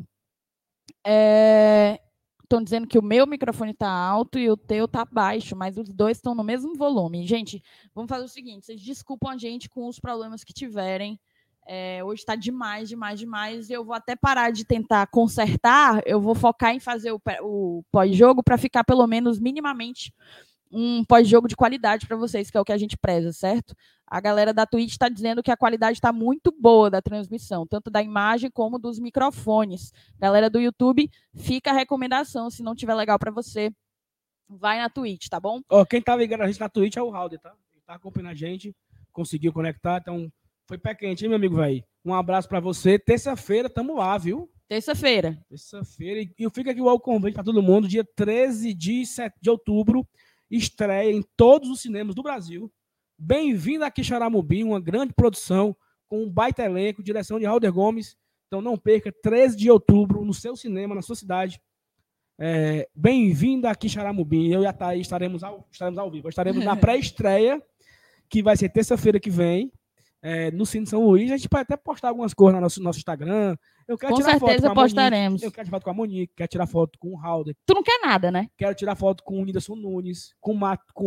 estão dizendo que o meu microfone está alto e o teu está baixo, mas os dois estão no mesmo volume. Gente, vamos fazer o seguinte, vocês desculpam a gente com os problemas que tiverem. Hoje está demais. Eu vou até parar de tentar consertar, eu vou focar em fazer o pós-jogo para ficar pelo menos minimamente um pós-jogo de qualidade para vocês, que é o que a gente preza, certo? A galera da Twitch está dizendo que a qualidade está muito boa da transmissão, tanto da imagem como dos microfones. Galera do YouTube, fica a recomendação, se não tiver legal para você, vai na Twitch, tá bom? Quem tá ligando a gente na Twitch é o Halder, tá? Ele tá acompanhando a gente, conseguiu conectar, então foi pé quente, hein, meu amigo, velho? Um abraço para você. Terça-feira, tamo lá, viu? Terça-feira. E fica aqui o convite para todo mundo, dia 13 de outubro, estreia em todos os cinemas do Brasil. Bem-vindo a Quixaramubim, uma grande produção com um baita elenco, direção de Halder Gomes. Então não perca, 13 de outubro, no seu cinema, na sua cidade. Bem-vindo a Quixaramubim. Eu e a Thaís estaremos ao vivo. Estaremos na pré-estreia, que vai ser terça-feira que vem, no Cine São Luís. A gente pode até postar algumas coisas no nosso Instagram. Eu quero com tirar certeza foto com a postaremos. Monique, eu quero tirar foto com a Monique, quero tirar foto com o Halder. Tu não quer nada, né? Quero tirar foto com o Whindersson Nunes, com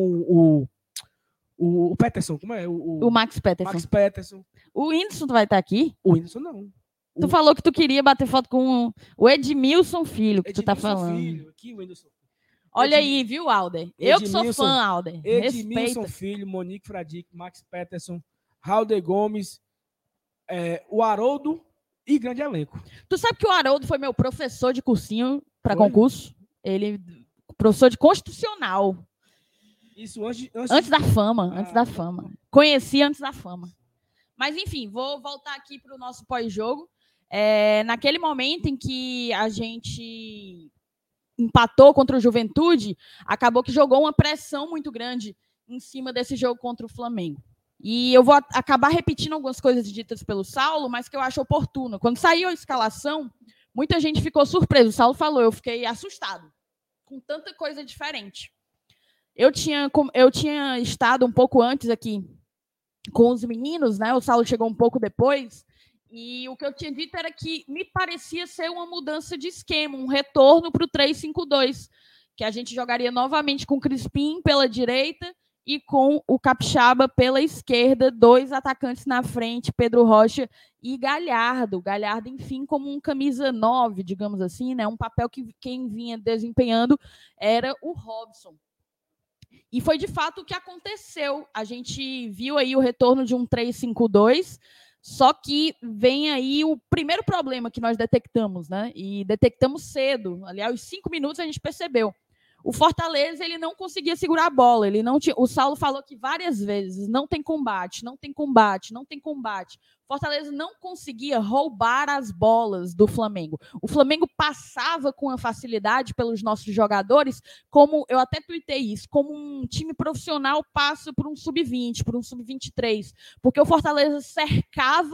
o Peterson, como é? O Max Peterson. Max Peterson. O Whindersson vai estar aqui? O Whindersson não. Tu falou que tu queria bater foto com o Edmilson Filho, que tu tá falando. Filho, aqui o Whindersson. Olha aí, viu, Alder? Eu que sou fã, Alder. Edmilson Filho, Monique Fradique, Max Peterson, Halder Gomes, o Haroldo e grande elenco. Tu sabe que o Haroldo foi meu professor de cursinho para concurso? Ele, professor de constitucional. Isso antes da fama, antes da fama. Conheci antes da fama. Mas, enfim, vou voltar aqui para o nosso pós-jogo. Naquele momento em que a gente empatou contra o Juventude, acabou que jogou uma pressão muito grande em cima desse jogo contra o Flamengo. E eu vou acabar repetindo algumas coisas ditas pelo Saulo, mas que eu acho oportuno. Quando saiu a escalação, muita gente ficou surpresa. O Saulo falou, eu fiquei assustado com tanta coisa diferente. Eu tinha estado um pouco antes aqui com os meninos, né? O Saulo chegou um pouco depois, e o que eu tinha dito era que me parecia ser uma mudança de esquema, um retorno para o 3-5-2, que a gente jogaria novamente com o Crispim pela direita e com o Capixaba pela esquerda, 2 atacantes na frente, Pedro Rocha e Galhardo. Galhardo, enfim, como um camisa 9, digamos assim, né? Um papel que quem vinha desempenhando era o Robson. E foi, de fato, o que aconteceu. A gente viu aí o retorno de um 3-5-2, só que vem aí o primeiro problema que nós detectamos, né? E detectamos cedo. Aliás, aos 5 minutos a gente percebeu. O Fortaleza, ele não conseguia segurar a bola. Ele não tinha... O Saulo falou que várias vezes, não tem combate, não tem combate, não tem combate. Fortaleza não conseguia roubar as bolas do Flamengo. O Flamengo passava com a facilidade pelos nossos jogadores, como eu até tuitei isso, como um time profissional passa por um sub-20, por um sub-23, porque o Fortaleza cercava,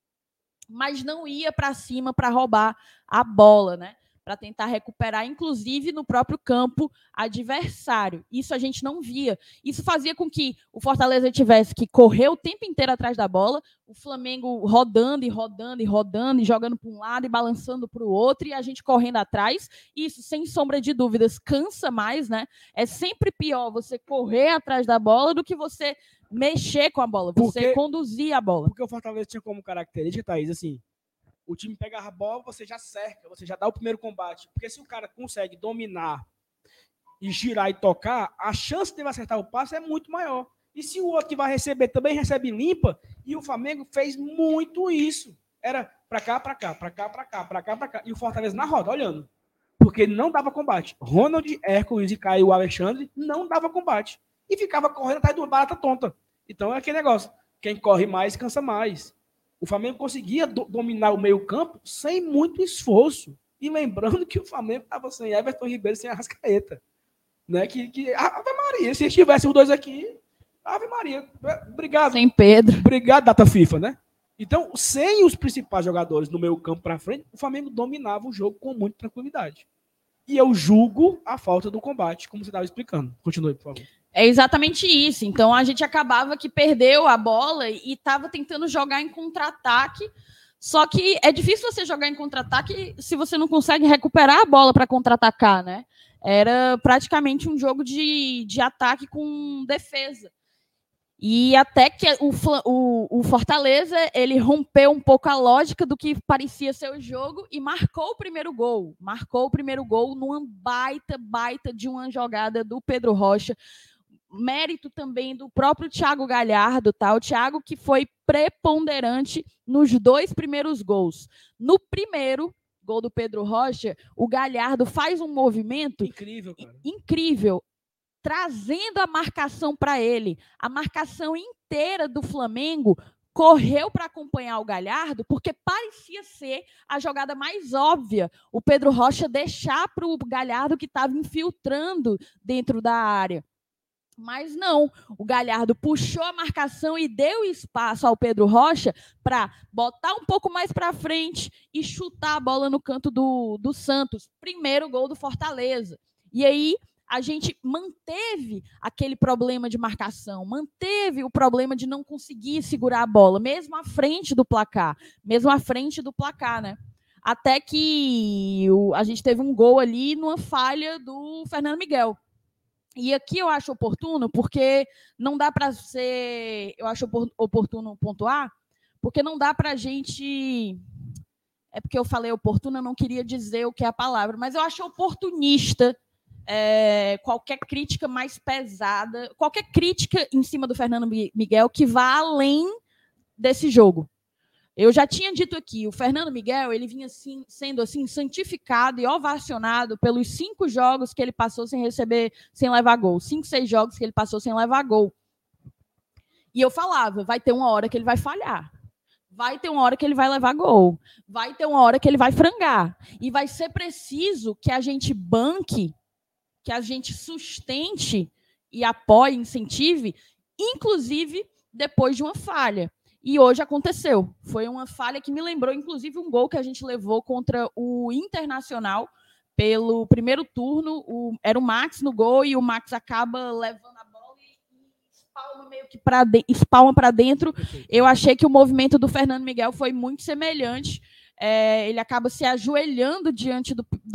mas não ia para cima para roubar a bola, né? Para tentar recuperar, inclusive, no próprio campo adversário. Isso a gente não via. Isso fazia com que o Fortaleza tivesse que correr o tempo inteiro atrás da bola, o Flamengo rodando e rodando e rodando, e jogando para um lado e balançando para o outro, e a gente correndo atrás. Isso, sem sombra de dúvidas, cansa mais, né? É sempre pior você correr atrás da bola do que você mexer com a bola, você conduzir a bola. Porque o Fortaleza tinha como característica, Thaís, assim, o time pega a bola, você já cerca, você já dá o primeiro combate. Porque se o cara consegue dominar e girar e tocar, a chance de ele acertar o passe é muito maior. E se o outro que vai receber também recebe limpa, e o Flamengo fez muito isso. Era para cá, para cá, para cá, para cá, para cá, para cá. E o Fortaleza na roda, olhando. Porque não dava combate. Ronald, Hércules e Caio Alexandre não dava combate. E ficava correndo atrás de uma barata tonta. Então é aquele negócio. Quem corre mais, cansa mais. O Flamengo conseguia dominar o meio campo sem muito esforço. E lembrando que o Flamengo estava sem Everton Ribeiro e sem Arrascaeta. Né? Ave Maria, se tivesse os dois aqui, Ave Maria. Obrigado. Sem Pedro. Obrigado, data FIFA, né? Então, sem os principais jogadores no meio campo para frente, o Flamengo dominava o jogo com muita tranquilidade. E eu julgo a falta do combate, como você estava explicando. Continue, por favor. É exatamente isso. Então, a gente acabava que perdeu a bola e estava tentando jogar em contra-ataque. Só que é difícil você jogar em contra-ataque se você não consegue recuperar a bola para contra-atacar, né? Era praticamente um jogo de ataque com defesa. E até que o Fortaleza, ele rompeu um pouco a lógica do que parecia ser o jogo e marcou o primeiro gol. Marcou o primeiro gol numa baita de uma jogada do Pedro Rocha. Mérito também do próprio Thiago Galhardo, tá? O Thiago que foi preponderante nos 2 primeiros gols. No primeiro gol do Pedro Rocha, o Galhardo faz um movimento incrível, trazendo a marcação para ele. A marcação inteira do Flamengo correu para acompanhar o Galhardo, porque parecia ser a jogada mais óbvia. O Pedro Rocha deixar para o Galhardo que estava infiltrando dentro da área. Mas não, o Galhardo puxou a marcação e deu espaço ao Pedro Rocha para botar um pouco mais para frente e chutar a bola no canto do Santos. Primeiro gol do Fortaleza. E aí a gente manteve aquele problema de marcação, manteve o problema de não conseguir segurar a bola, mesmo à frente do placar, né? Até que a gente teve um gol ali numa falha do Fernando Miguel. E aqui eu acho oportuno, porque não dá para ser... Eu acho oportuno pontuar, porque não dá para a gente... É porque eu falei oportuno, eu não queria dizer o que é a palavra, mas eu acho oportunista qualquer crítica mais pesada, qualquer crítica em cima do Fernando Miguel que vá além desse jogo. Eu já tinha dito aqui, o Fernando Miguel, ele vinha sendo assim, santificado e ovacionado pelos 5 jogos que ele passou sem levar gol. 5, 6 jogos que ele passou sem levar gol. E eu falava, vai ter uma hora que ele vai falhar. Vai ter uma hora que ele vai levar gol. Vai ter uma hora que ele vai frangar. E vai ser preciso que a gente banque, que a gente sustente e apoie, incentive, inclusive depois de uma falha. E hoje aconteceu. Foi uma falha que me lembrou, inclusive, um gol que a gente levou contra o Internacional pelo primeiro turno. Era o Max no gol e o Max acaba levando a bola e espalma para dentro. Eu achei que o movimento do Fernando Miguel foi muito semelhante. Ele acaba se ajoelhando diante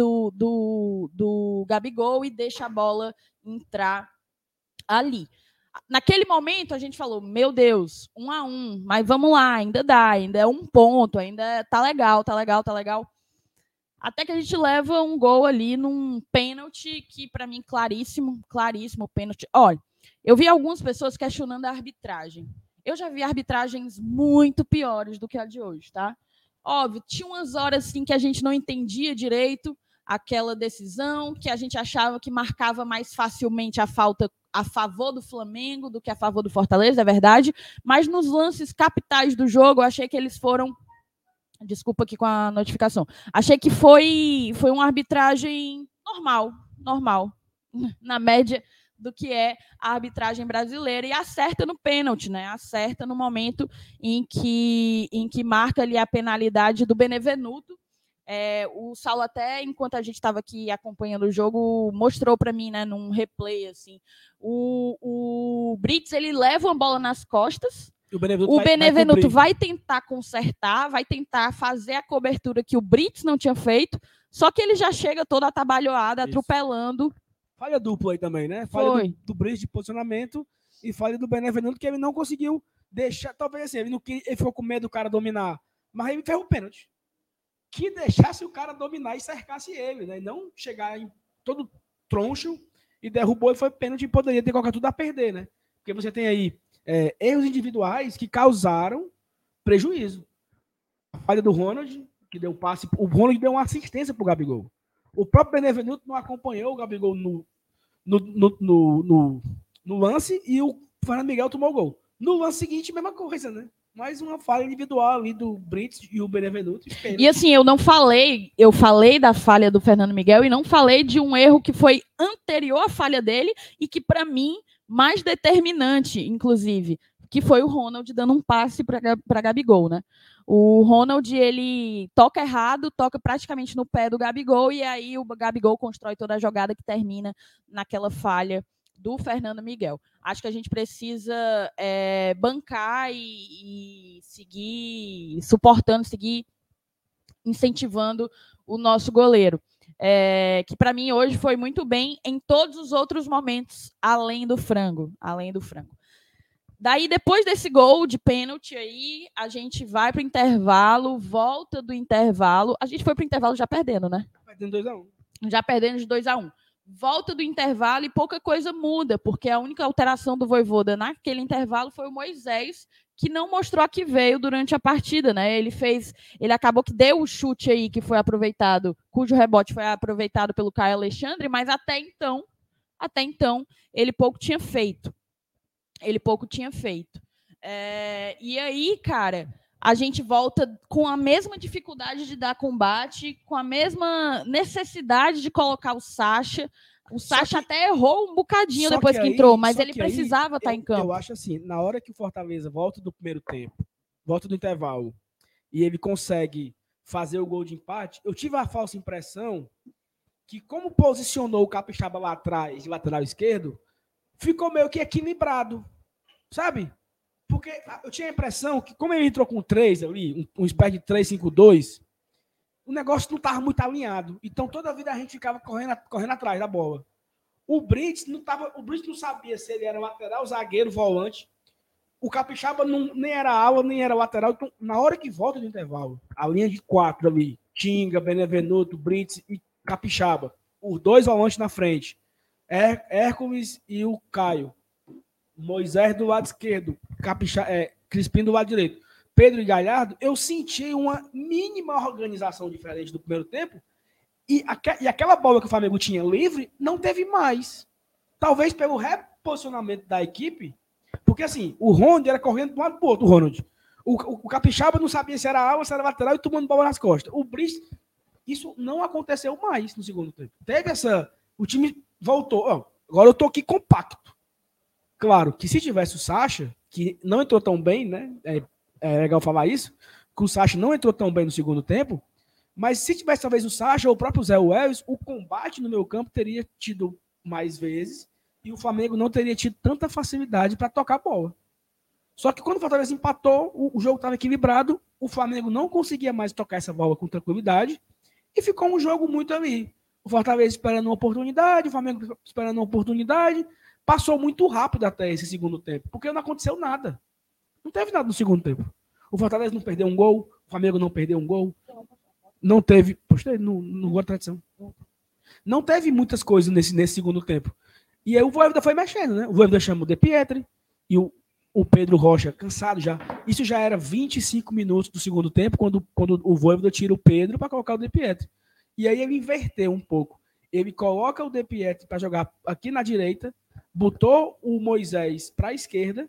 do Gabigol e deixa a bola entrar ali. Naquele momento, a gente falou, meu Deus, 1-1, mas vamos lá, ainda dá, ainda é 1 ponto, ainda tá legal. Até que a gente leva um gol ali num pênalti que, para mim, claríssimo pênalti. Olha, eu vi algumas pessoas questionando a arbitragem. Eu já vi arbitragens muito piores do que a de hoje, tá? Óbvio, tinha umas horas assim que a gente não entendia direito aquela decisão, que a gente achava que marcava mais facilmente a falta a favor do Flamengo do que a favor do Fortaleza, é verdade, mas nos lances capitais do jogo, eu achei que eles foram... Desculpa aqui com a notificação. Achei que foi uma arbitragem normal, na média do que é a arbitragem brasileira, e acerta no pênalti, né? Acerta no momento em que marca ali a penalidade do Benevenuto. O Saulo até, enquanto a gente estava aqui acompanhando o jogo, mostrou para mim, né, num replay, assim, o Brits, ele leva uma bola nas costas, o Benevenuto vai tentar consertar, vai tentar fazer a cobertura que o Brits não tinha feito, só que ele já chega todo atabalhoado, atropelando. Falha dupla aí também, né? Falha do Brits de posicionamento e falha do Benevenuto, que ele não conseguiu deixar, talvez assim, ele ficou com medo do cara dominar, mas ele fez o pênalti. Que deixasse o cara dominar e cercasse ele, né? E não chegar em todo troncho e derrubou e foi pênalti e poderia ter colocado tudo a perder, né? Porque você tem aí erros individuais que causaram prejuízo. A falha do Ronald, que deu passe, o Ronald deu uma assistência pro Gabigol. O próprio Benevenuto não acompanhou o Gabigol no lance e o Fernando Miguel tomou o gol. No lance seguinte, mesma coisa, né? Mais uma falha individual ali do Brits e o Benevenuto. E assim, eu falei da falha do Fernando Miguel e não falei de um erro que foi anterior à falha dele e que, para mim, mais determinante, inclusive, que foi o Ronald dando um passe para Gabigol, né? O Ronald, ele toca errado, toca praticamente no pé do Gabigol e aí o Gabigol constrói toda a jogada que termina naquela falha do Fernando Miguel. Acho que a gente precisa bancar e seguir suportando, seguir incentivando o nosso goleiro. Que para mim hoje foi muito bem em todos os outros momentos, além do frango. Daí, depois desse gol de pênalti aí, a gente vai para o intervalo, volta do intervalo. A gente foi para o intervalo já perdendo, né? Perdendo 2-1. Já perdendo de 2-1. Volta do intervalo e pouca coisa muda, porque a única alteração do Vojvoda naquele intervalo foi o Moisés, que não mostrou a que veio durante a partida, né? Ele acabou que deu o chute aí que foi aproveitado, cujo rebote foi aproveitado pelo Caio Alexandre, mas até então ele pouco tinha feito. E aí, cara, a gente volta com a mesma dificuldade de dar combate, com a mesma necessidade de colocar o Sacha. O Sacha até errou um bocadinho depois que entrou, mas ele precisava estar em campo. Eu acho assim, na hora que o Fortaleza volta do primeiro tempo, volta do intervalo, e ele consegue fazer o gol de empate, eu tive a falsa impressão que, como posicionou o Capixaba lá atrás, de lateral esquerdo, ficou meio que equilibrado, sabe? Porque eu tinha a impressão que, como ele entrou com 3 ali, um espécie de 3-5-2, o negócio não estava muito alinhado. Então, toda a vida a gente ficava correndo atrás da bola. O Brits não sabia se ele era lateral, zagueiro, volante. O Capixaba nem era ala, nem era lateral. Então, na hora que volta do intervalo, a linha de 4 ali, Tinga, Benevenuto, Brits e Capixaba, os 2 volantes na frente, Hércules e o Caio, Moisés do lado esquerdo, Crispim do lado direito, Pedro e Galhardo, eu senti uma mínima organização diferente do primeiro tempo e aquela bola que o Flamengo tinha livre não teve mais. Talvez pelo reposicionamento da equipe, porque assim, o Ronald era correndo de um lado para o outro, o Ronald. O Capixaba não sabia se era ala, se era lateral e tomando bola nas costas. O Brits, isso não aconteceu mais no segundo tempo. O time voltou. Agora eu tô aqui compacto. Claro que se tivesse o Sacha, que não entrou tão bem, né? É legal falar isso, que o Sacha não entrou tão bem no segundo tempo, mas se tivesse talvez o Sacha ou o próprio Zé Welles, o combate no meio campo teria tido mais vezes e o Flamengo não teria tido tanta facilidade para tocar a bola. Só que quando o Fortaleza empatou, o jogo estava equilibrado, o Flamengo não conseguia mais tocar essa bola com tranquilidade e ficou um jogo muito ali. O Fortaleza esperando uma oportunidade, o Flamengo esperando uma oportunidade. Passou muito rápido até esse segundo tempo, porque não aconteceu nada. Não teve nada no segundo tempo. O Fortaleza não perdeu um gol, o Flamengo não perdeu um gol. Não teve. Postei no Gol da Tradição. Não teve muitas coisas nesse segundo tempo. E aí o Vojvoda foi mexendo, né? O Vojvoda chamou o De Pietri e o Pedro Rocha, cansado já. Isso já era 25 minutos do segundo tempo, quando o Vojvoda tira o Pedro para colocar o De Pietri. E aí ele inverteu um pouco. Ele coloca o De Pietri para jogar aqui na direita, botou o Moisés para a esquerda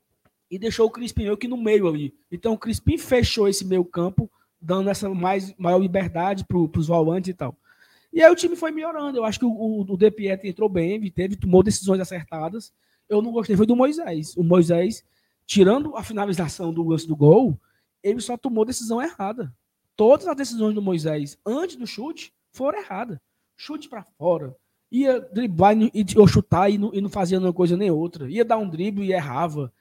e deixou o Crispim meio que no meio ali. Então o Crispim fechou esse meio campo, dando essa maior liberdade para os volantes e tal. E aí o time foi melhorando. Eu acho que o De Pietri entrou bem, tomou decisões acertadas. Eu não gostei, foi do Moisés. O Moisés, tirando a finalização do lance do gol, ele só tomou decisão errada. Todas as decisões do Moisés antes do chute foram erradas. Chute para fora. Ia driblar ou chutar e não fazia uma coisa nem outra. Ia dar um drible e errava.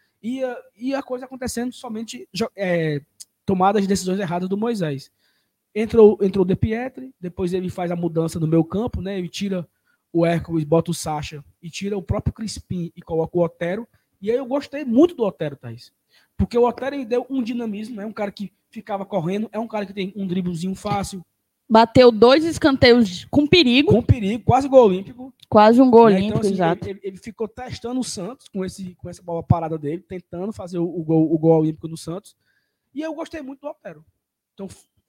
Ia a coisa acontecendo somente tomadas de decisões erradas do Moisés. Entrou o De Pietri, depois ele faz a mudança no meio campo, né? Ele tira o Hércules, bota o Sacha e tira o próprio Crispim e coloca o Otero. E aí eu gostei muito do Otero, Thaís. Porque o Otero ele deu um dinamismo, é um cara que ficava correndo, é um cara que tem um driblezinho fácil. Bateu 2 escanteios com perigo. Com perigo, quase gol olímpico. Quase um gol Né? olímpico, Então, assim, exato. ele ficou testando o Santos com essa bola parada dele, tentando fazer o gol olímpico do Santos. E eu gostei muito do Otero. Então,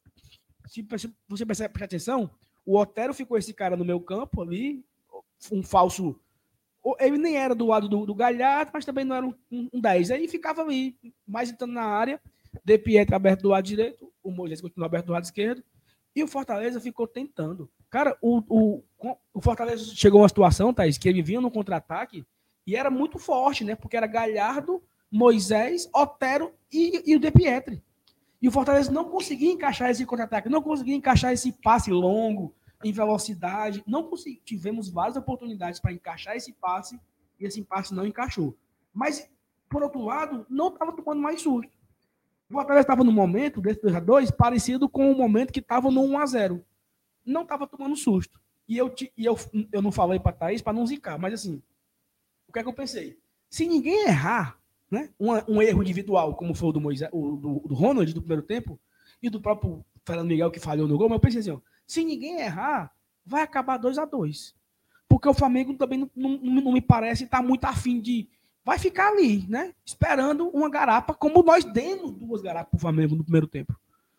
se você prestar atenção, o Otero ficou esse cara no meio campo ali, um falso. Ele nem era do lado do Galhardo, mas também não era um 10. Aí ficava ali, mais entrando na área, De Pietro aberto do lado direito, o Moisés continuou aberto do lado esquerdo, e o Fortaleza ficou tentando. Cara, o Fortaleza chegou a uma situação, Thaís, que ele vinha no contra-ataque e era muito forte, né? Porque era Galhardo, Moisés, Otero e o De Pietro. E o Fortaleza não conseguia encaixar esse contra-ataque, não conseguia encaixar esse passe longo, em velocidade. Não tivemos várias oportunidades para encaixar esse passe, e esse passe não encaixou. Mas, por outro lado, não estava tomando mais susto. O Fortaleza estava no momento, desse 2x2, parecido com o momento que estava no 1x0. Não estava tomando susto. E eu não falei para a Thaís para não zicar, mas assim, o que é que eu pensei? Se ninguém errar, né, um erro individual, como foi o do Moisés, do Ronald, do primeiro tempo, e do próprio Fernando Miguel, que falhou no gol, mas eu pensei assim, ó, se ninguém errar, vai acabar 2x2. Porque o Flamengo também não me parece estar muito afim de... Vai ficar ali, né, esperando uma garapa, como nós demos 2 garapas para o Flamengo no primeiro tempo.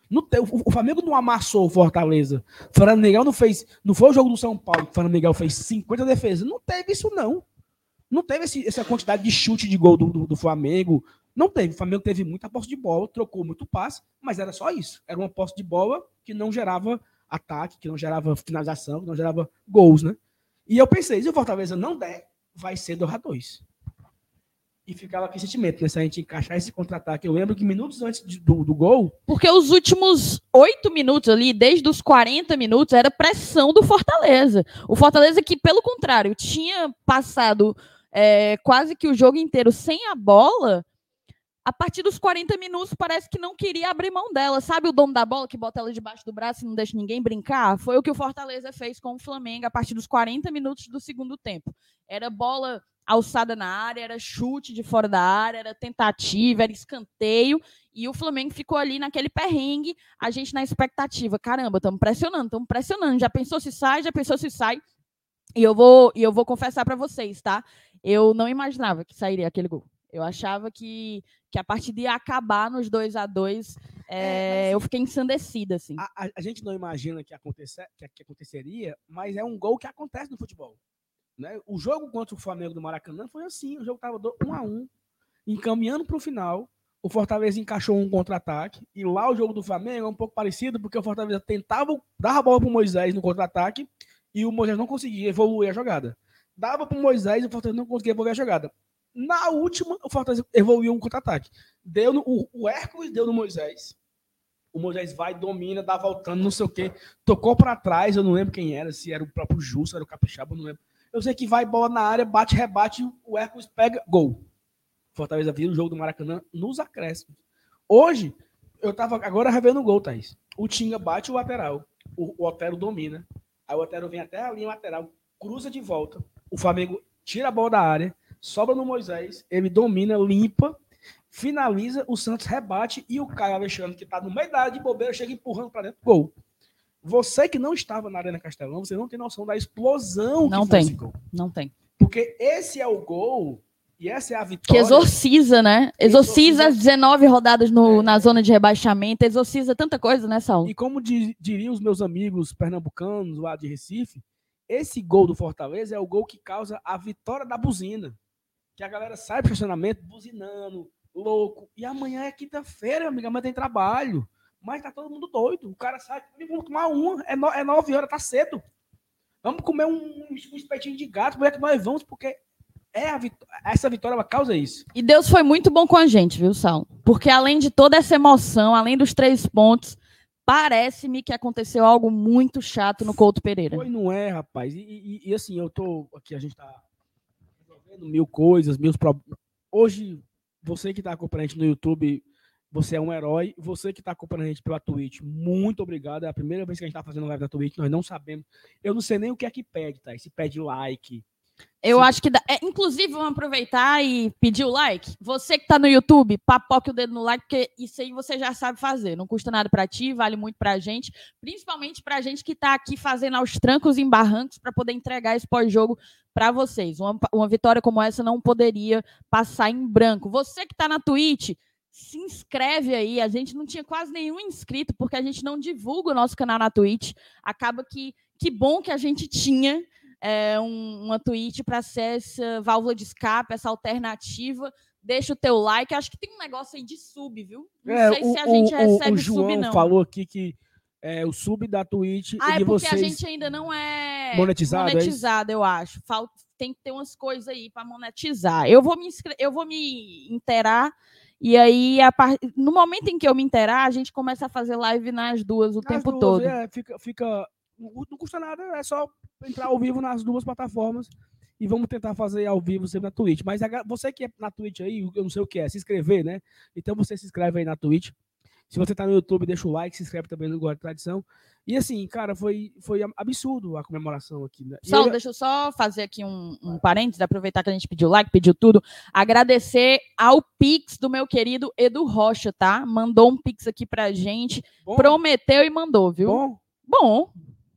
O Flamengo não amassou o Fortaleza. O Fernando Miguel não fez... Não foi o jogo do São Paulo que o Fernando Miguel fez 50 defesas. Não teve isso, não. Não teve essa quantidade de chute de gol do Flamengo. Não teve. O Flamengo teve muita posse de bola, trocou muito passe, mas era só isso. Era uma posse de bola que não gerava ataque, que não gerava finalização, que não gerava gols, né? E eu pensei, se o Fortaleza não der, vai ser 2x2. E ficava com esse sentimento, né? Se a gente encaixar esse contra-ataque. Eu lembro que minutos antes do gol... Porque os últimos 8 minutos ali, desde os 40 minutos, era pressão do Fortaleza. O Fortaleza que, pelo contrário, tinha passado quase que o jogo inteiro sem a bola, a partir dos 40 minutos parece que não queria abrir mão dela. Sabe o dono da bola que bota ela debaixo do braço e não deixa ninguém brincar? Foi o que o Fortaleza fez com o Flamengo a partir dos 40 minutos do segundo tempo. Era bola alçada na área, era chute de fora da área, era tentativa, era escanteio, e o Flamengo ficou ali naquele perrengue, a gente na expectativa, caramba, estamos pressionando, já pensou se sai, e eu vou confessar para vocês, tá? Eu não imaginava que sairia aquele gol. Eu achava que a partida ia acabar nos 2x2, eu fiquei ensandecida, assim. A gente não imagina que aconteceria, mas é um gol que acontece no futebol. Né? O jogo contra o Flamengo do Maracanã foi assim, o jogo estava 1x1, encaminhando para o final, o Fortaleza encaixou um contra-ataque, e lá o jogo do Flamengo é um pouco parecido, porque o Fortaleza tentava dar a bola para o Moisés no contra-ataque, e o Moisés não conseguia evoluir a jogada. Dava para o Moisés e o Fortaleza não conseguia evoluir a jogada. Na última, o Fortaleza evoluiu um contra-ataque. O Hércules deu no Moisés, o Moisés vai, domina, dá voltando, não sei o quê, tocou para trás, eu não lembro quem era, se era o próprio Justo, era o Capixaba, eu não lembro. Eu sei que vai bola na área, bate, rebate, o Hércules pega, gol. Fortaleza vira o jogo do Maracanã nos acréscimos. Hoje, eu tava agora revendo o gol, Thaís. O Tinga bate o lateral, o Otero domina. Aí o Otero vem até a linha lateral, cruza de volta. O Flamengo tira a bola da área, sobra no Moisés, ele domina, limpa, finaliza, o Santos rebate e o Caio Alexandre, que tá no meio da área de bobeira, chega empurrando para dentro, gol. Você que não estava na Arena Castelão, você não tem noção da explosão que foi esse gol. Não tem. Porque esse é o gol e essa é a vitória. Que exorciza, né? Exorciza as 19 rodadas na zona de rebaixamento, exorciza tanta coisa, né, Saulo? E como diriam os meus amigos pernambucanos lá de Recife, esse gol do Fortaleza é o gol que causa a vitória da buzina. Que a galera sai pro estacionamento buzinando, louco. E amanhã é quinta-feira, amiga, amanhã tem trabalho. Mas tá todo mundo doido. O cara sai, vamos tomar uma. É 9 horas, tá cedo. Vamos comer um espetinho de gato. Como é que nós vamos? Porque essa vitória, ela causa isso. E Deus foi muito bom com a gente, viu, Saulo? Porque além de toda essa emoção, além dos 3 pontos, parece-me que aconteceu algo muito chato no Couto Pereira. Foi, não é, rapaz. E assim, eu tô aqui, a gente tá resolvendo 1000 coisas, 1000 problemas. Hoje, você que tá acompanhando a gente no YouTube... Você é um herói. Você que está acompanhando a gente pela Twitch, muito obrigado. É a primeira vez que a gente está fazendo live na Twitch, nós não sabemos. Eu não sei nem o que é que pede, tá? Se pede like, Eu acho que dá. Inclusive, vamos aproveitar e pedir o like. Você que tá no YouTube, papoque o dedo no like, porque isso aí você já sabe fazer. Não custa nada para ti, vale muito pra gente. Principalmente pra gente que tá aqui fazendo aos trancos e barrancos para poder entregar esse pós-jogo para vocês. Uma vitória como essa não poderia passar em branco. Você que tá na Twitch, se inscreve aí. A gente não tinha quase nenhum inscrito, porque a gente não divulga o nosso canal na Twitch. Acaba que bom que a gente tinha uma Twitch para ser essa válvula de escape, essa alternativa. Deixa o teu like. Acho que tem um negócio aí de sub, viu? Não sei se a gente recebe o João sub, não. falou aqui que o sub da Twitch é de porque vocês... a gente ainda não é monetizado, eu acho. Tem que ter umas coisas aí para monetizar. Eu vou me inteirar e aí, no momento em que eu me inteirar, a gente começa a fazer live nas duas o tempo todo. Não custa nada, é só entrar ao vivo nas duas plataformas e vamos tentar fazer ao vivo sempre na Twitch. Mas você que é na Twitch aí, eu não sei o que é, se inscrever, né? Então você se inscreve aí na Twitch. Se você tá no YouTube, deixa o like, se inscreve também no Guarda Tradição. E assim, cara, foi absurdo a comemoração aqui, né? Deixa eu só fazer aqui um parênteses, aproveitar que a gente pediu like, pediu tudo. Agradecer ao Pix do meu querido Edu Rocha, tá? Mandou um Pix aqui pra gente. Bom. Prometeu e mandou, viu? Bom.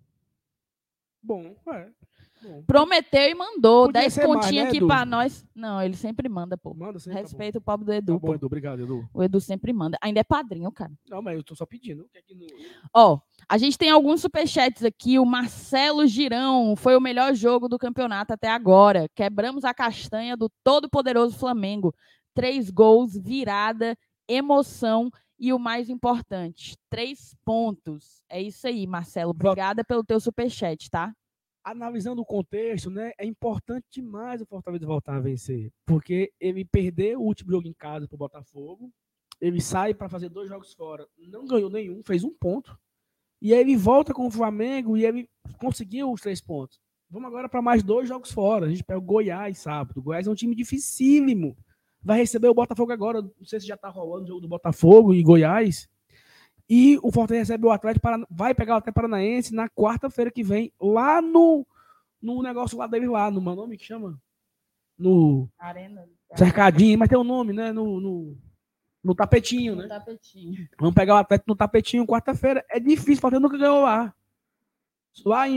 Bom. Prometeu e mandou. 10 pontinhos aqui pra nós. Não, ele sempre manda, pô. Manda sempre. Respeita o pobre do Edu. Tá bom, Edu. Obrigado, Edu. O Edu sempre manda. Ainda é padrinho, cara. Não, mas eu tô só pedindo. Ó, a gente tem alguns superchats aqui. O Marcelo Girão. Foi o melhor jogo do campeonato até agora. Quebramos a castanha do todo-poderoso Flamengo. 3 gols, virada, emoção. E o mais importante, 3 pontos. É isso aí, Marcelo. Obrigada pelo teu superchat, tá? Analisando o contexto, né, é importante demais o Fortaleza voltar a vencer. Porque ele perdeu o último jogo em casa pro Botafogo. Ele sai para fazer 2 jogos fora. Não ganhou nenhum, fez 1 ponto. E aí ele volta com o Flamengo e ele conseguiu os 3 pontos. Vamos agora para mais 2 jogos fora. A gente pega o Goiás sábado. O Goiás é um time dificílimo. Vai receber o Botafogo agora. Não sei se já tá rolando o jogo do Botafogo e Goiás. E o Fortaleza recebe o Atlético Paranaense. Vai pegar o Atlético Paranaense na quarta-feira que vem. Lá no negócio lá dele lá. No meu nome que chama? No Arena. Cercadinho. Mas tem um nome, né? No tapetinho, né? No tapetinho. Vamos pegar o Atlético no tapetinho quarta-feira. É difícil. O Fortaleza nunca ganhou lá. Lá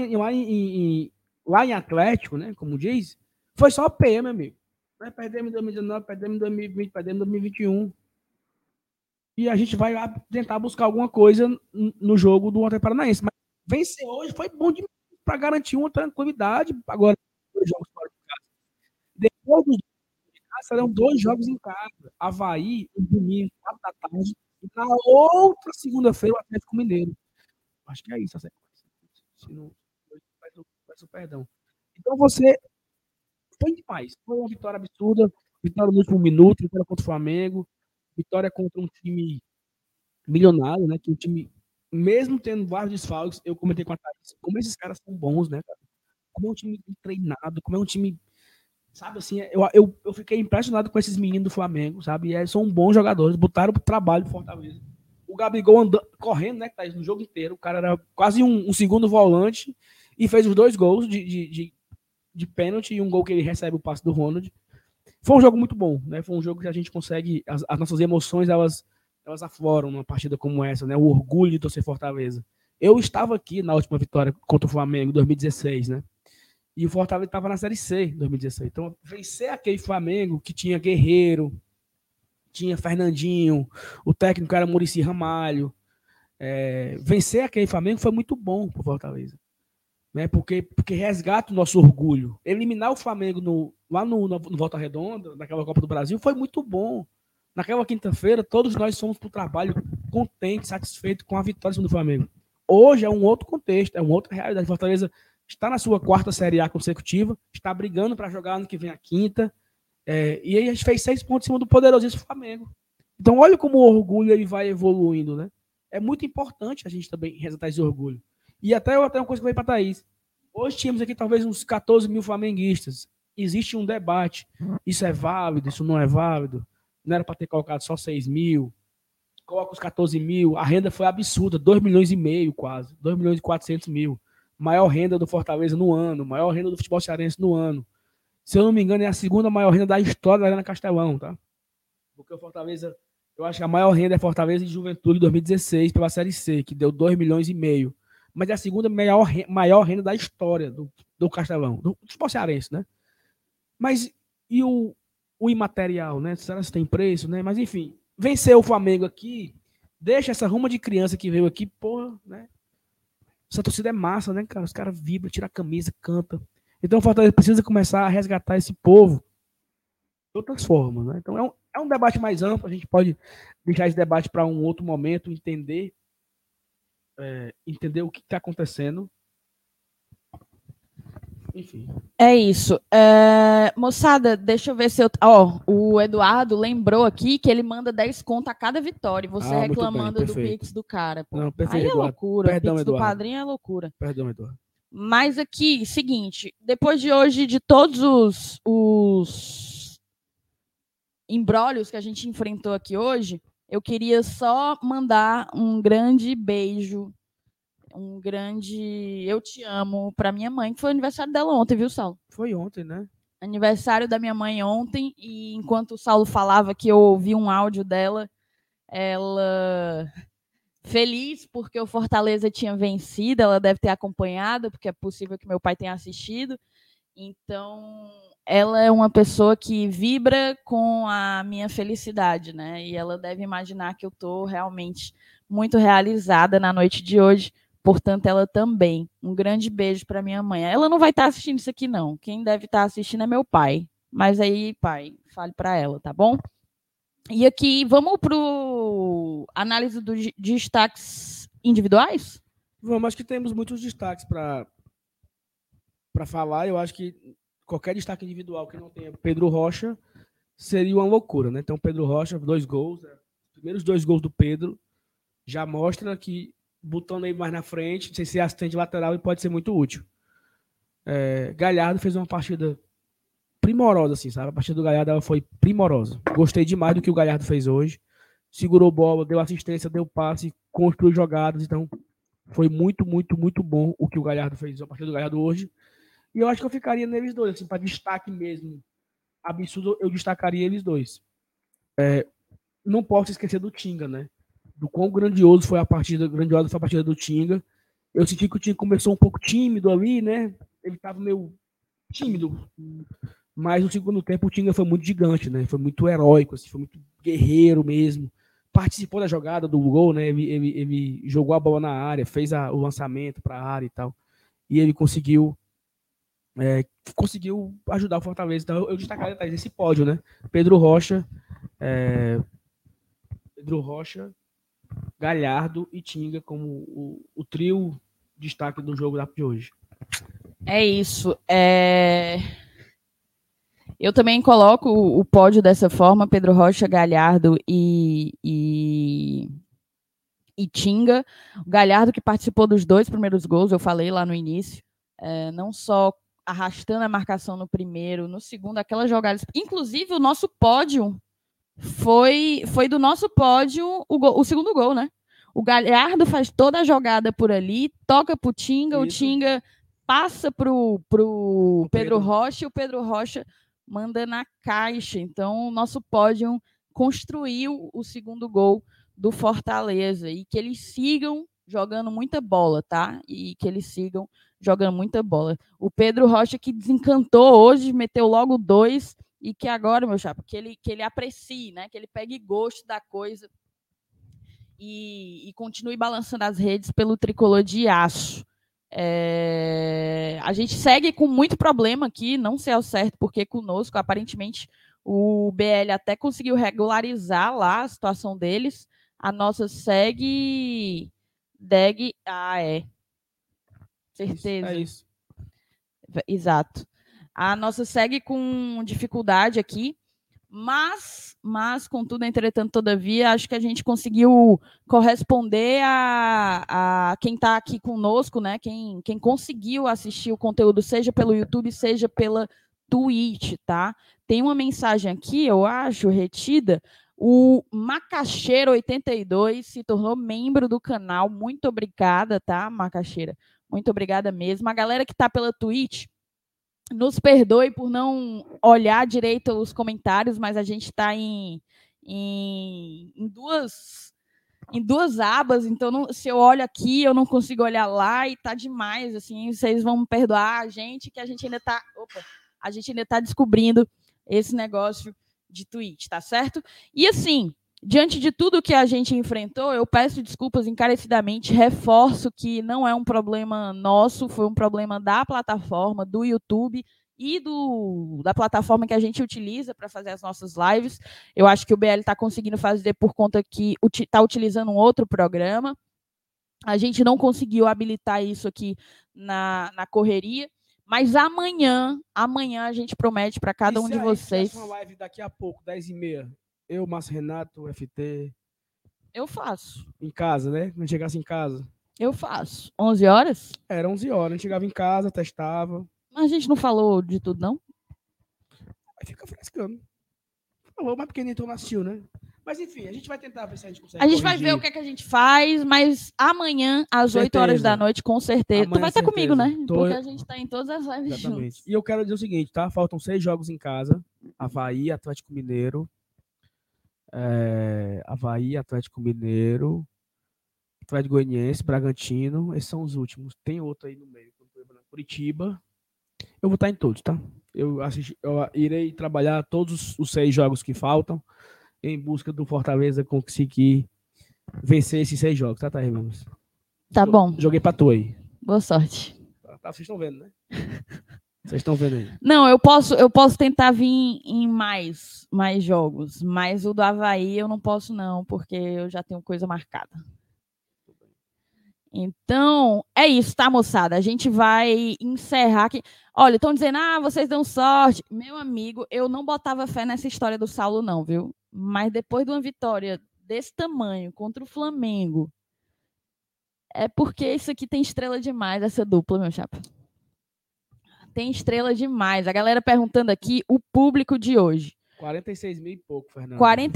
em Atlético, né? Como diz. Foi só P, meu amigo. Nós perdemos em 2019, perdemos em 2020, perdemos em 2021. E a gente vai lá tentar buscar alguma coisa no jogo do Atlético Paranaense. Mas vencer hoje foi bom demais para garantir uma tranquilidade. Agora, 2 jogos fora de casa. Depois dos jogos de casa, serão 2 jogos em casa. Avaí, um domingo, 4 da tarde. E na outra segunda-feira, o Atlético Mineiro. Acho que é isso a sequência. Se não, peço perdão. Então você... Foi demais. Foi uma vitória absurda. Vitória no último minuto, vitória contra o Flamengo, vitória contra um time milionário, né? Que um time, mesmo tendo vários desfalques, eu comentei com a Thaís, como esses caras são bons, né, cara? Como é um time treinado, como é um time, sabe assim, eu fiquei impressionado com esses meninos do Flamengo, sabe? E são bons jogadores, botaram pro trabalho do Fortaleza. O Gabigol correndo, né, Thaís, no jogo inteiro. O cara era quase um segundo volante e fez os 2 gols de pênalti e um gol que ele recebe o passe do Ronald. Foi um jogo muito bom, né? Foi um jogo que a gente consegue... As nossas emoções, elas afloram numa partida como essa, né? O orgulho de torcer Fortaleza. Eu estava aqui na última vitória contra o Flamengo em 2016, né? E o Fortaleza estava na Série C em 2016. Então, vencer aquele Flamengo que tinha Guerreiro, tinha Fernandinho, o técnico era Muricy Ramalho. Vencer aquele Flamengo foi muito bom para o Fortaleza. Né, porque resgata o nosso orgulho. Eliminar o Flamengo lá no Volta Redonda, naquela Copa do Brasil, foi muito bom. Naquela quinta-feira, todos nós fomos para o trabalho contentes, satisfeitos com a vitória do Flamengo. Hoje é um outro contexto, é uma outra realidade. Fortaleza está na sua 4ª Série A consecutiva, está brigando para jogar ano que vem a 5ª, e aí a gente fez 6 pontos em cima do poderosíssimo Flamengo. Então olha como o orgulho ele vai evoluindo, né? É muito importante a gente também resgatar esse orgulho. E até uma coisa que eu falei para a Thaís. Hoje tínhamos aqui talvez uns 14 mil flamenguistas. Existe um debate. Isso é válido, isso não é válido. Não era para ter colocado só 6 mil. Coloca os 14 mil. A renda foi absurda, 2 milhões e meio quase. 2 milhões e 400 mil. Maior renda do Fortaleza no ano. Maior renda do futebol cearense no ano. Se eu não me engano, é a segunda maior renda da história da Arena Castelão, tá? Porque o Fortaleza, eu acho que a maior renda é Fortaleza e Juventude 2016 pela Série C, que deu 2,5 milhões. Mas é a segunda maior renda da história do Castelão, do esporte cearense, né? Mas e o imaterial, né? Será que tem preço, né? Mas enfim, venceu o Flamengo aqui, deixa essa ruma de criança que veio aqui, porra, né? Essa torcida é massa, né, cara? Os caras vibram, tiram a camisa, canta. Então o Fortaleza precisa começar a resgatar esse povo de outras formas, né? Então é um debate mais amplo, a gente pode deixar esse debate para um outro momento, entender o que está acontecendo. Enfim. É isso. Moçada, deixa eu ver se eu... o Eduardo lembrou aqui que ele manda 10 conto a cada vitória. E você reclamando do Pix do cara. Pô. Não, perfeito, aí é loucura. Perdão, Pix Eduardo. do padrinho é loucura. Perdão, Eduardo. Mas aqui, seguinte, depois de hoje, de todos os embrólios que a gente enfrentou aqui hoje, eu queria só mandar um grande beijo, um grande eu te amo para minha mãe, que foi o aniversário dela ontem, viu, Saulo? Foi ontem, né? Aniversário da minha mãe ontem, e enquanto o Saulo falava que eu ouvi um áudio dela, ela feliz porque o Fortaleza tinha vencido, ela deve ter acompanhado, porque é possível que meu pai tenha assistido. Então, ela é uma pessoa que vibra com a minha felicidade, né? E ela deve imaginar que eu estou realmente muito realizada na noite de hoje. Portanto, ela também. Um grande beijo para minha mãe. Ela não vai estar assistindo isso aqui, não. Quem deve estar assistindo é meu pai. Mas aí, pai, fale para ela, tá bom? E aqui, vamos para a análise dos destaques individuais? Vamos, acho que temos muitos destaques para falar. Eu acho que qualquer destaque individual que não tenha Pedro Rocha seria uma loucura, né? Então, Pedro Rocha, 2 gols. Os primeiros 2 gols do Pedro já mostra que botando aí mais na frente, sem ser assistente lateral, ele pode ser muito útil. Galhardo fez uma partida primorosa, assim, sabe? A partida do Galhardo ela foi primorosa. Gostei demais do que o Galhardo fez hoje. Segurou bola, deu assistência, deu passe, construiu jogadas. Então, foi muito, muito, muito bom o que o Galhardo fez, a partida do Galhardo hoje. E eu acho que eu ficaria neles dois, assim, para destaque mesmo. Absurdo, eu destacaria eles dois. Não posso esquecer do Tinga, né? Do quão grandiosa foi a partida do Tinga. Eu senti que o Tinga começou um pouco tímido ali, né? Ele estava meio tímido. Mas no segundo tempo o Tinga foi muito gigante, né? Foi muito heróico, assim, foi muito guerreiro mesmo. Participou da jogada do gol, né? Ele jogou a bola na área, fez o lançamento para a área e tal. E ele conseguiu ajudar o Fortaleza. Então eu destacaria esse pódio, né? Pedro Rocha, Galhardo e Tinga como o trio destaque do jogo de hoje. É isso. Eu também coloco o pódio dessa forma: Pedro Rocha, Galhardo e Tinga. O Galhardo que participou dos 2 primeiros gols, eu falei lá no início, não só arrastando a marcação no primeiro, no segundo, aquelas jogadas. Inclusive, o nosso pódio foi do nosso pódio o segundo gol, né? O Galhardo faz toda a jogada por ali, toca pro Tinga, isso. O Tinga passa pro Pedro Rocha, e o Pedro Rocha manda na caixa. Então, o nosso pódio construiu o segundo gol do Fortaleza, e que eles sigam jogando muita bola, tá? E que eles sigam jogando muita bola. O Pedro Rocha que desencantou hoje, meteu logo 2, e que agora, meu chapa, que ele aprecie, né? Que ele pegue gosto da coisa e continue balançando as redes pelo tricolor de aço. A gente segue com muito problema aqui, não sei ao certo porque conosco, aparentemente o BL até conseguiu regularizar lá a situação deles. A nossa segue certeza. É isso. Exato. A nossa segue com dificuldade aqui, mas contudo, entretanto, todavia, acho que a gente conseguiu corresponder a quem está aqui conosco, né? Quem conseguiu assistir o conteúdo, seja pelo YouTube, seja pela Twitch, tá? Tem uma mensagem aqui, eu acho, retida. O Macaxeira 82 se tornou membro do canal. Muito obrigada, tá, Macaxeira? Muito obrigada mesmo. A galera que está pela Twitch, Nos perdoe por não olhar direito os comentários, mas a gente está em duas abas, então se eu olho aqui, eu não consigo olhar lá e tá demais, assim, vocês vão me perdoar a gente, que a gente ainda tá descobrindo esse negócio de Twitch, tá certo? E assim, diante de tudo que a gente enfrentou, eu peço desculpas encarecidamente, reforço que não é um problema nosso, foi um problema da plataforma, do YouTube e da plataforma que a gente utiliza para fazer as nossas lives. Eu acho que o BL está conseguindo fazer por conta que está utilizando um outro programa. A gente não conseguiu habilitar isso aqui na correria, mas amanhã a gente promete para cada um de vocês. Uma live daqui a pouco, 10h30. Eu, Márcio Renato, FT. Eu faço. Em casa, né? Quando chegasse em casa. Eu faço. 11 horas? Era 11 horas. A gente chegava em casa, testava. Mas a gente não falou de tudo, não? Aí fica frescando. Falou, mas porque nem tu não assistiu, né? Mas enfim, a gente vai tentar ver se a gente consegue. A gente vai ver o que é que a gente faz, mas amanhã, às 8 horas da noite, com certeza. Amanhã, tu vai estar comigo, né? Tô... Porque a gente tá em todas as lives Exatamente. juntos. E eu quero dizer o seguinte, tá? Faltam 6 jogos em casa. Avaí, Atlético Mineiro. Avaí, Atlético Mineiro. Atlético Goianiense, Bragantino. Esses são os últimos. Tem outro aí no meio. Curitiba. Eu vou estar em todos, tá? Eu irei trabalhar todos os 6 jogos que faltam em busca do Fortaleza conseguir vencer esses 6 jogos, tá, irmãos? Tá bom. Joguei pra tu aí. Boa sorte. Tá, vocês estão vendo, né? Vocês estão vendo aí. Não, eu posso tentar vir em mais jogos, mas o do Avaí eu não posso não, porque eu já tenho coisa marcada. Então, é isso, tá, moçada? A gente vai encerrar aqui. Olha, estão dizendo, vocês dão sorte. Meu amigo, eu não botava fé nessa história do Saulo, não, viu? Mas depois de uma vitória desse tamanho contra o Flamengo, é porque isso aqui tem estrela demais, essa dupla, meu chapa. Tem estrela demais. A galera perguntando aqui, o público de hoje. 46 mil e pouco, Fernando.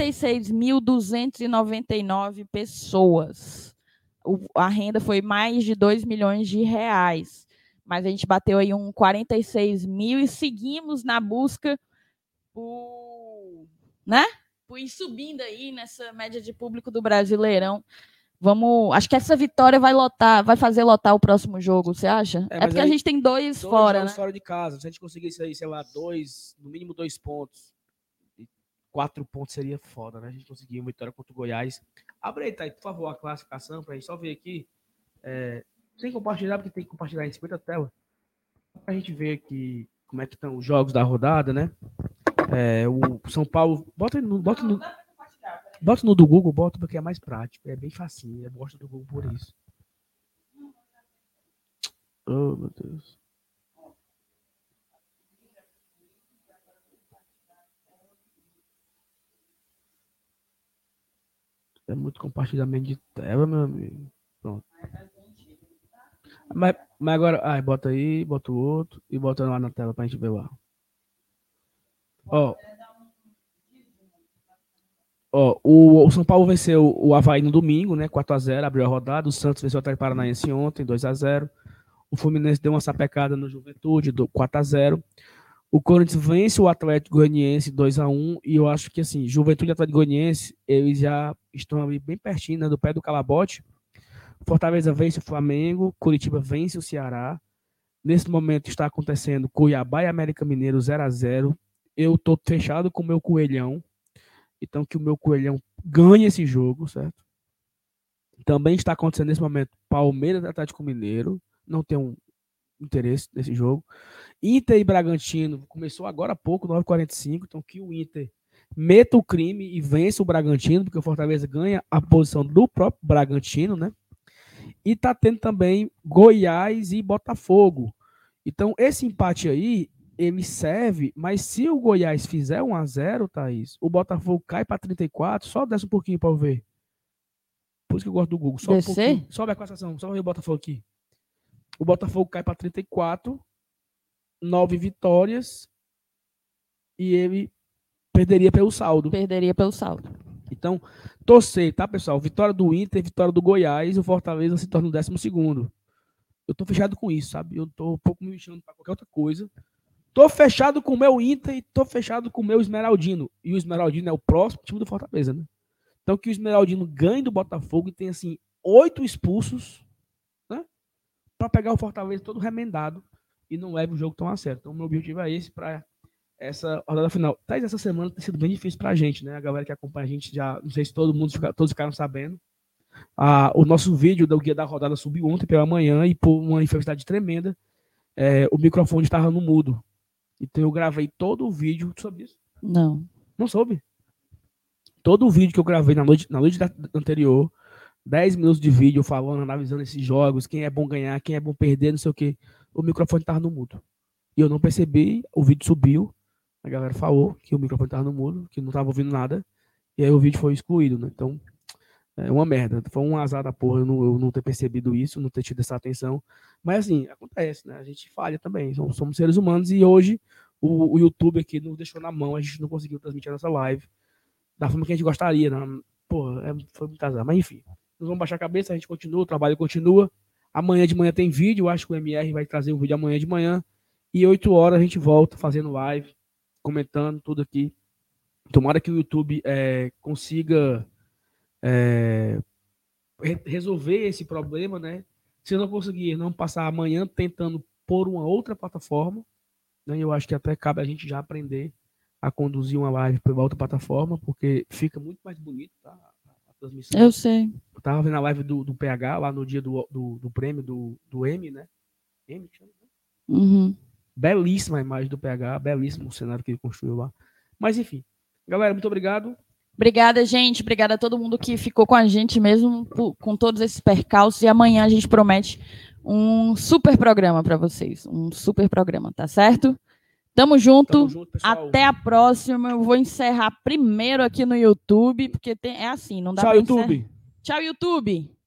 46.299 pessoas. A renda foi mais de 2 milhões de reais. Mas a gente bateu aí 46 mil e seguimos na busca por ir subindo aí nessa média de público do Brasileirão. Acho que essa vitória vai fazer lotar o próximo jogo, você acha? É porque a gente tem 2 fora, né? Fora de casa. Se a gente conseguisse aí, sei lá, no mínimo 2 pontos. 4 pontos seria foda, né? A gente conseguiu uma vitória contra o Goiás. Abre aí, Thay, por favor, a classificação pra gente só ver aqui. Sem compartilhar, porque tem que compartilhar em 50 tela. Pra gente ver aqui como é que estão os jogos da rodada, né? O São Paulo... Bota no do Google, bota porque é mais prático. É bem facinho. Eu gosto do Google por isso. Oh, meu Deus. É muito compartilhamento de tela, meu amigo. Pronto. Mas agora, bota aí, bota o outro e bota lá na tela pra gente ver lá. O São Paulo venceu o Avaí no domingo, né? 4-0, abriu a rodada. O Santos venceu o Atlético Paranaense ontem, 2-0. O Fluminense deu uma sapecada no Juventude, 4-0. O Corinthians vence o Atlético Goianiense 2-1. E eu acho que, assim, Juventude e Atlético Goianiense, eles já estão ali bem pertinho, né, do pé do calabote. Fortaleza vence o Flamengo. Curitiba vence o Ceará. Nesse momento está acontecendo Cuiabá e América Mineiro 0-0. Eu tô fechado com o meu coelhão. Então, que o meu coelhão ganhe esse jogo, certo? Também está acontecendo nesse momento Palmeiras e Atlético Mineiro. Não tenho interesse nesse jogo. Inter e Bragantino começou agora há pouco, 9h45. Então, que o Inter meta o crime e vence o Bragantino, porque o Fortaleza ganha a posição do próprio Bragantino, né? E tá tendo também Goiás e Botafogo. Então, esse empate aí, ele serve, mas se o Goiás fizer 1-0, Thaís, o Botafogo cai para 34, só desce um pouquinho para eu ver. Por isso que eu gosto do Google. Só um pouquinho. Sobe a classificação, só ver o Botafogo aqui. O Botafogo cai para 34, 9 vitórias, e ele perderia pelo saldo. Então, torcer, tá, pessoal? Vitória do Inter, vitória do Goiás, o Fortaleza se torna o 12º. Eu tô fechado com isso, sabe? Eu tô um pouco me mexendo para qualquer outra coisa. Tô fechado com o meu Inter e tô fechado com o meu Esmeraldino. E o Esmeraldino é o próximo time do Fortaleza, né? Então que o Esmeraldino ganhe do Botafogo e tem, assim, 8 expulsos, né? Pra pegar o Fortaleza todo remendado e não leve o jogo tão a sério. Então o meu objetivo é esse pra essa rodada final. Mas essa semana tem sido bem difícil pra gente, né? A galera que acompanha a gente já, não sei se todos ficaram sabendo. O nosso vídeo do guia da rodada subiu ontem pela manhã e por uma infelicidade tremenda, o microfone estava no mudo. Então eu gravei todo o vídeo. Tu soube isso? Não. Não soube? Todo o vídeo que eu gravei na noite anterior, 10 minutos de vídeo falando, analisando esses jogos, quem é bom ganhar, quem é bom perder, não sei o quê. O microfone estava no mudo. E eu não percebi, o vídeo subiu, a galera falou que o microfone estava no mudo, que não estava ouvindo nada, e aí o vídeo foi excluído, né? Então, é uma merda. Foi um azar da porra eu não ter percebido isso, não ter tido essa atenção. Mas assim, acontece, né? A gente falha também. Somos seres humanos e hoje o YouTube aqui nos deixou na mão, a gente não conseguiu transmitir a nossa live da forma que a gente gostaria, né? Porra, foi muito azar. Mas enfim, nós vamos baixar a cabeça, a gente continua, o trabalho continua. Amanhã de manhã tem vídeo, eu acho que o MR vai trazer um vídeo amanhã de manhã. E 8 horas a gente volta fazendo live, comentando tudo aqui. Tomara que o YouTube consiga resolver esse problema, né? Se eu não conseguir, não passar amanhã tentando por uma outra plataforma, né? Eu acho que até cabe a gente já aprender a conduzir uma live para outra plataforma, porque fica muito mais bonito, tá? A transmissão. Eu sei. Eu tava vendo a live do PH lá no dia do prêmio do M, né? M, chama? Uhum. Belíssima a imagem do PH, belíssimo o cenário que ele construiu lá. Mas enfim, galera, muito obrigado. Obrigada, gente. Obrigada a todo mundo que ficou com a gente mesmo com todos esses percalços. E amanhã a gente promete um super programa para vocês. Um super programa, tá certo? Tamo junto. Pessoal. Até a próxima. Eu vou encerrar primeiro aqui no YouTube, porque é assim, não dá Tchau, pra YouTube. Tchau, YouTube.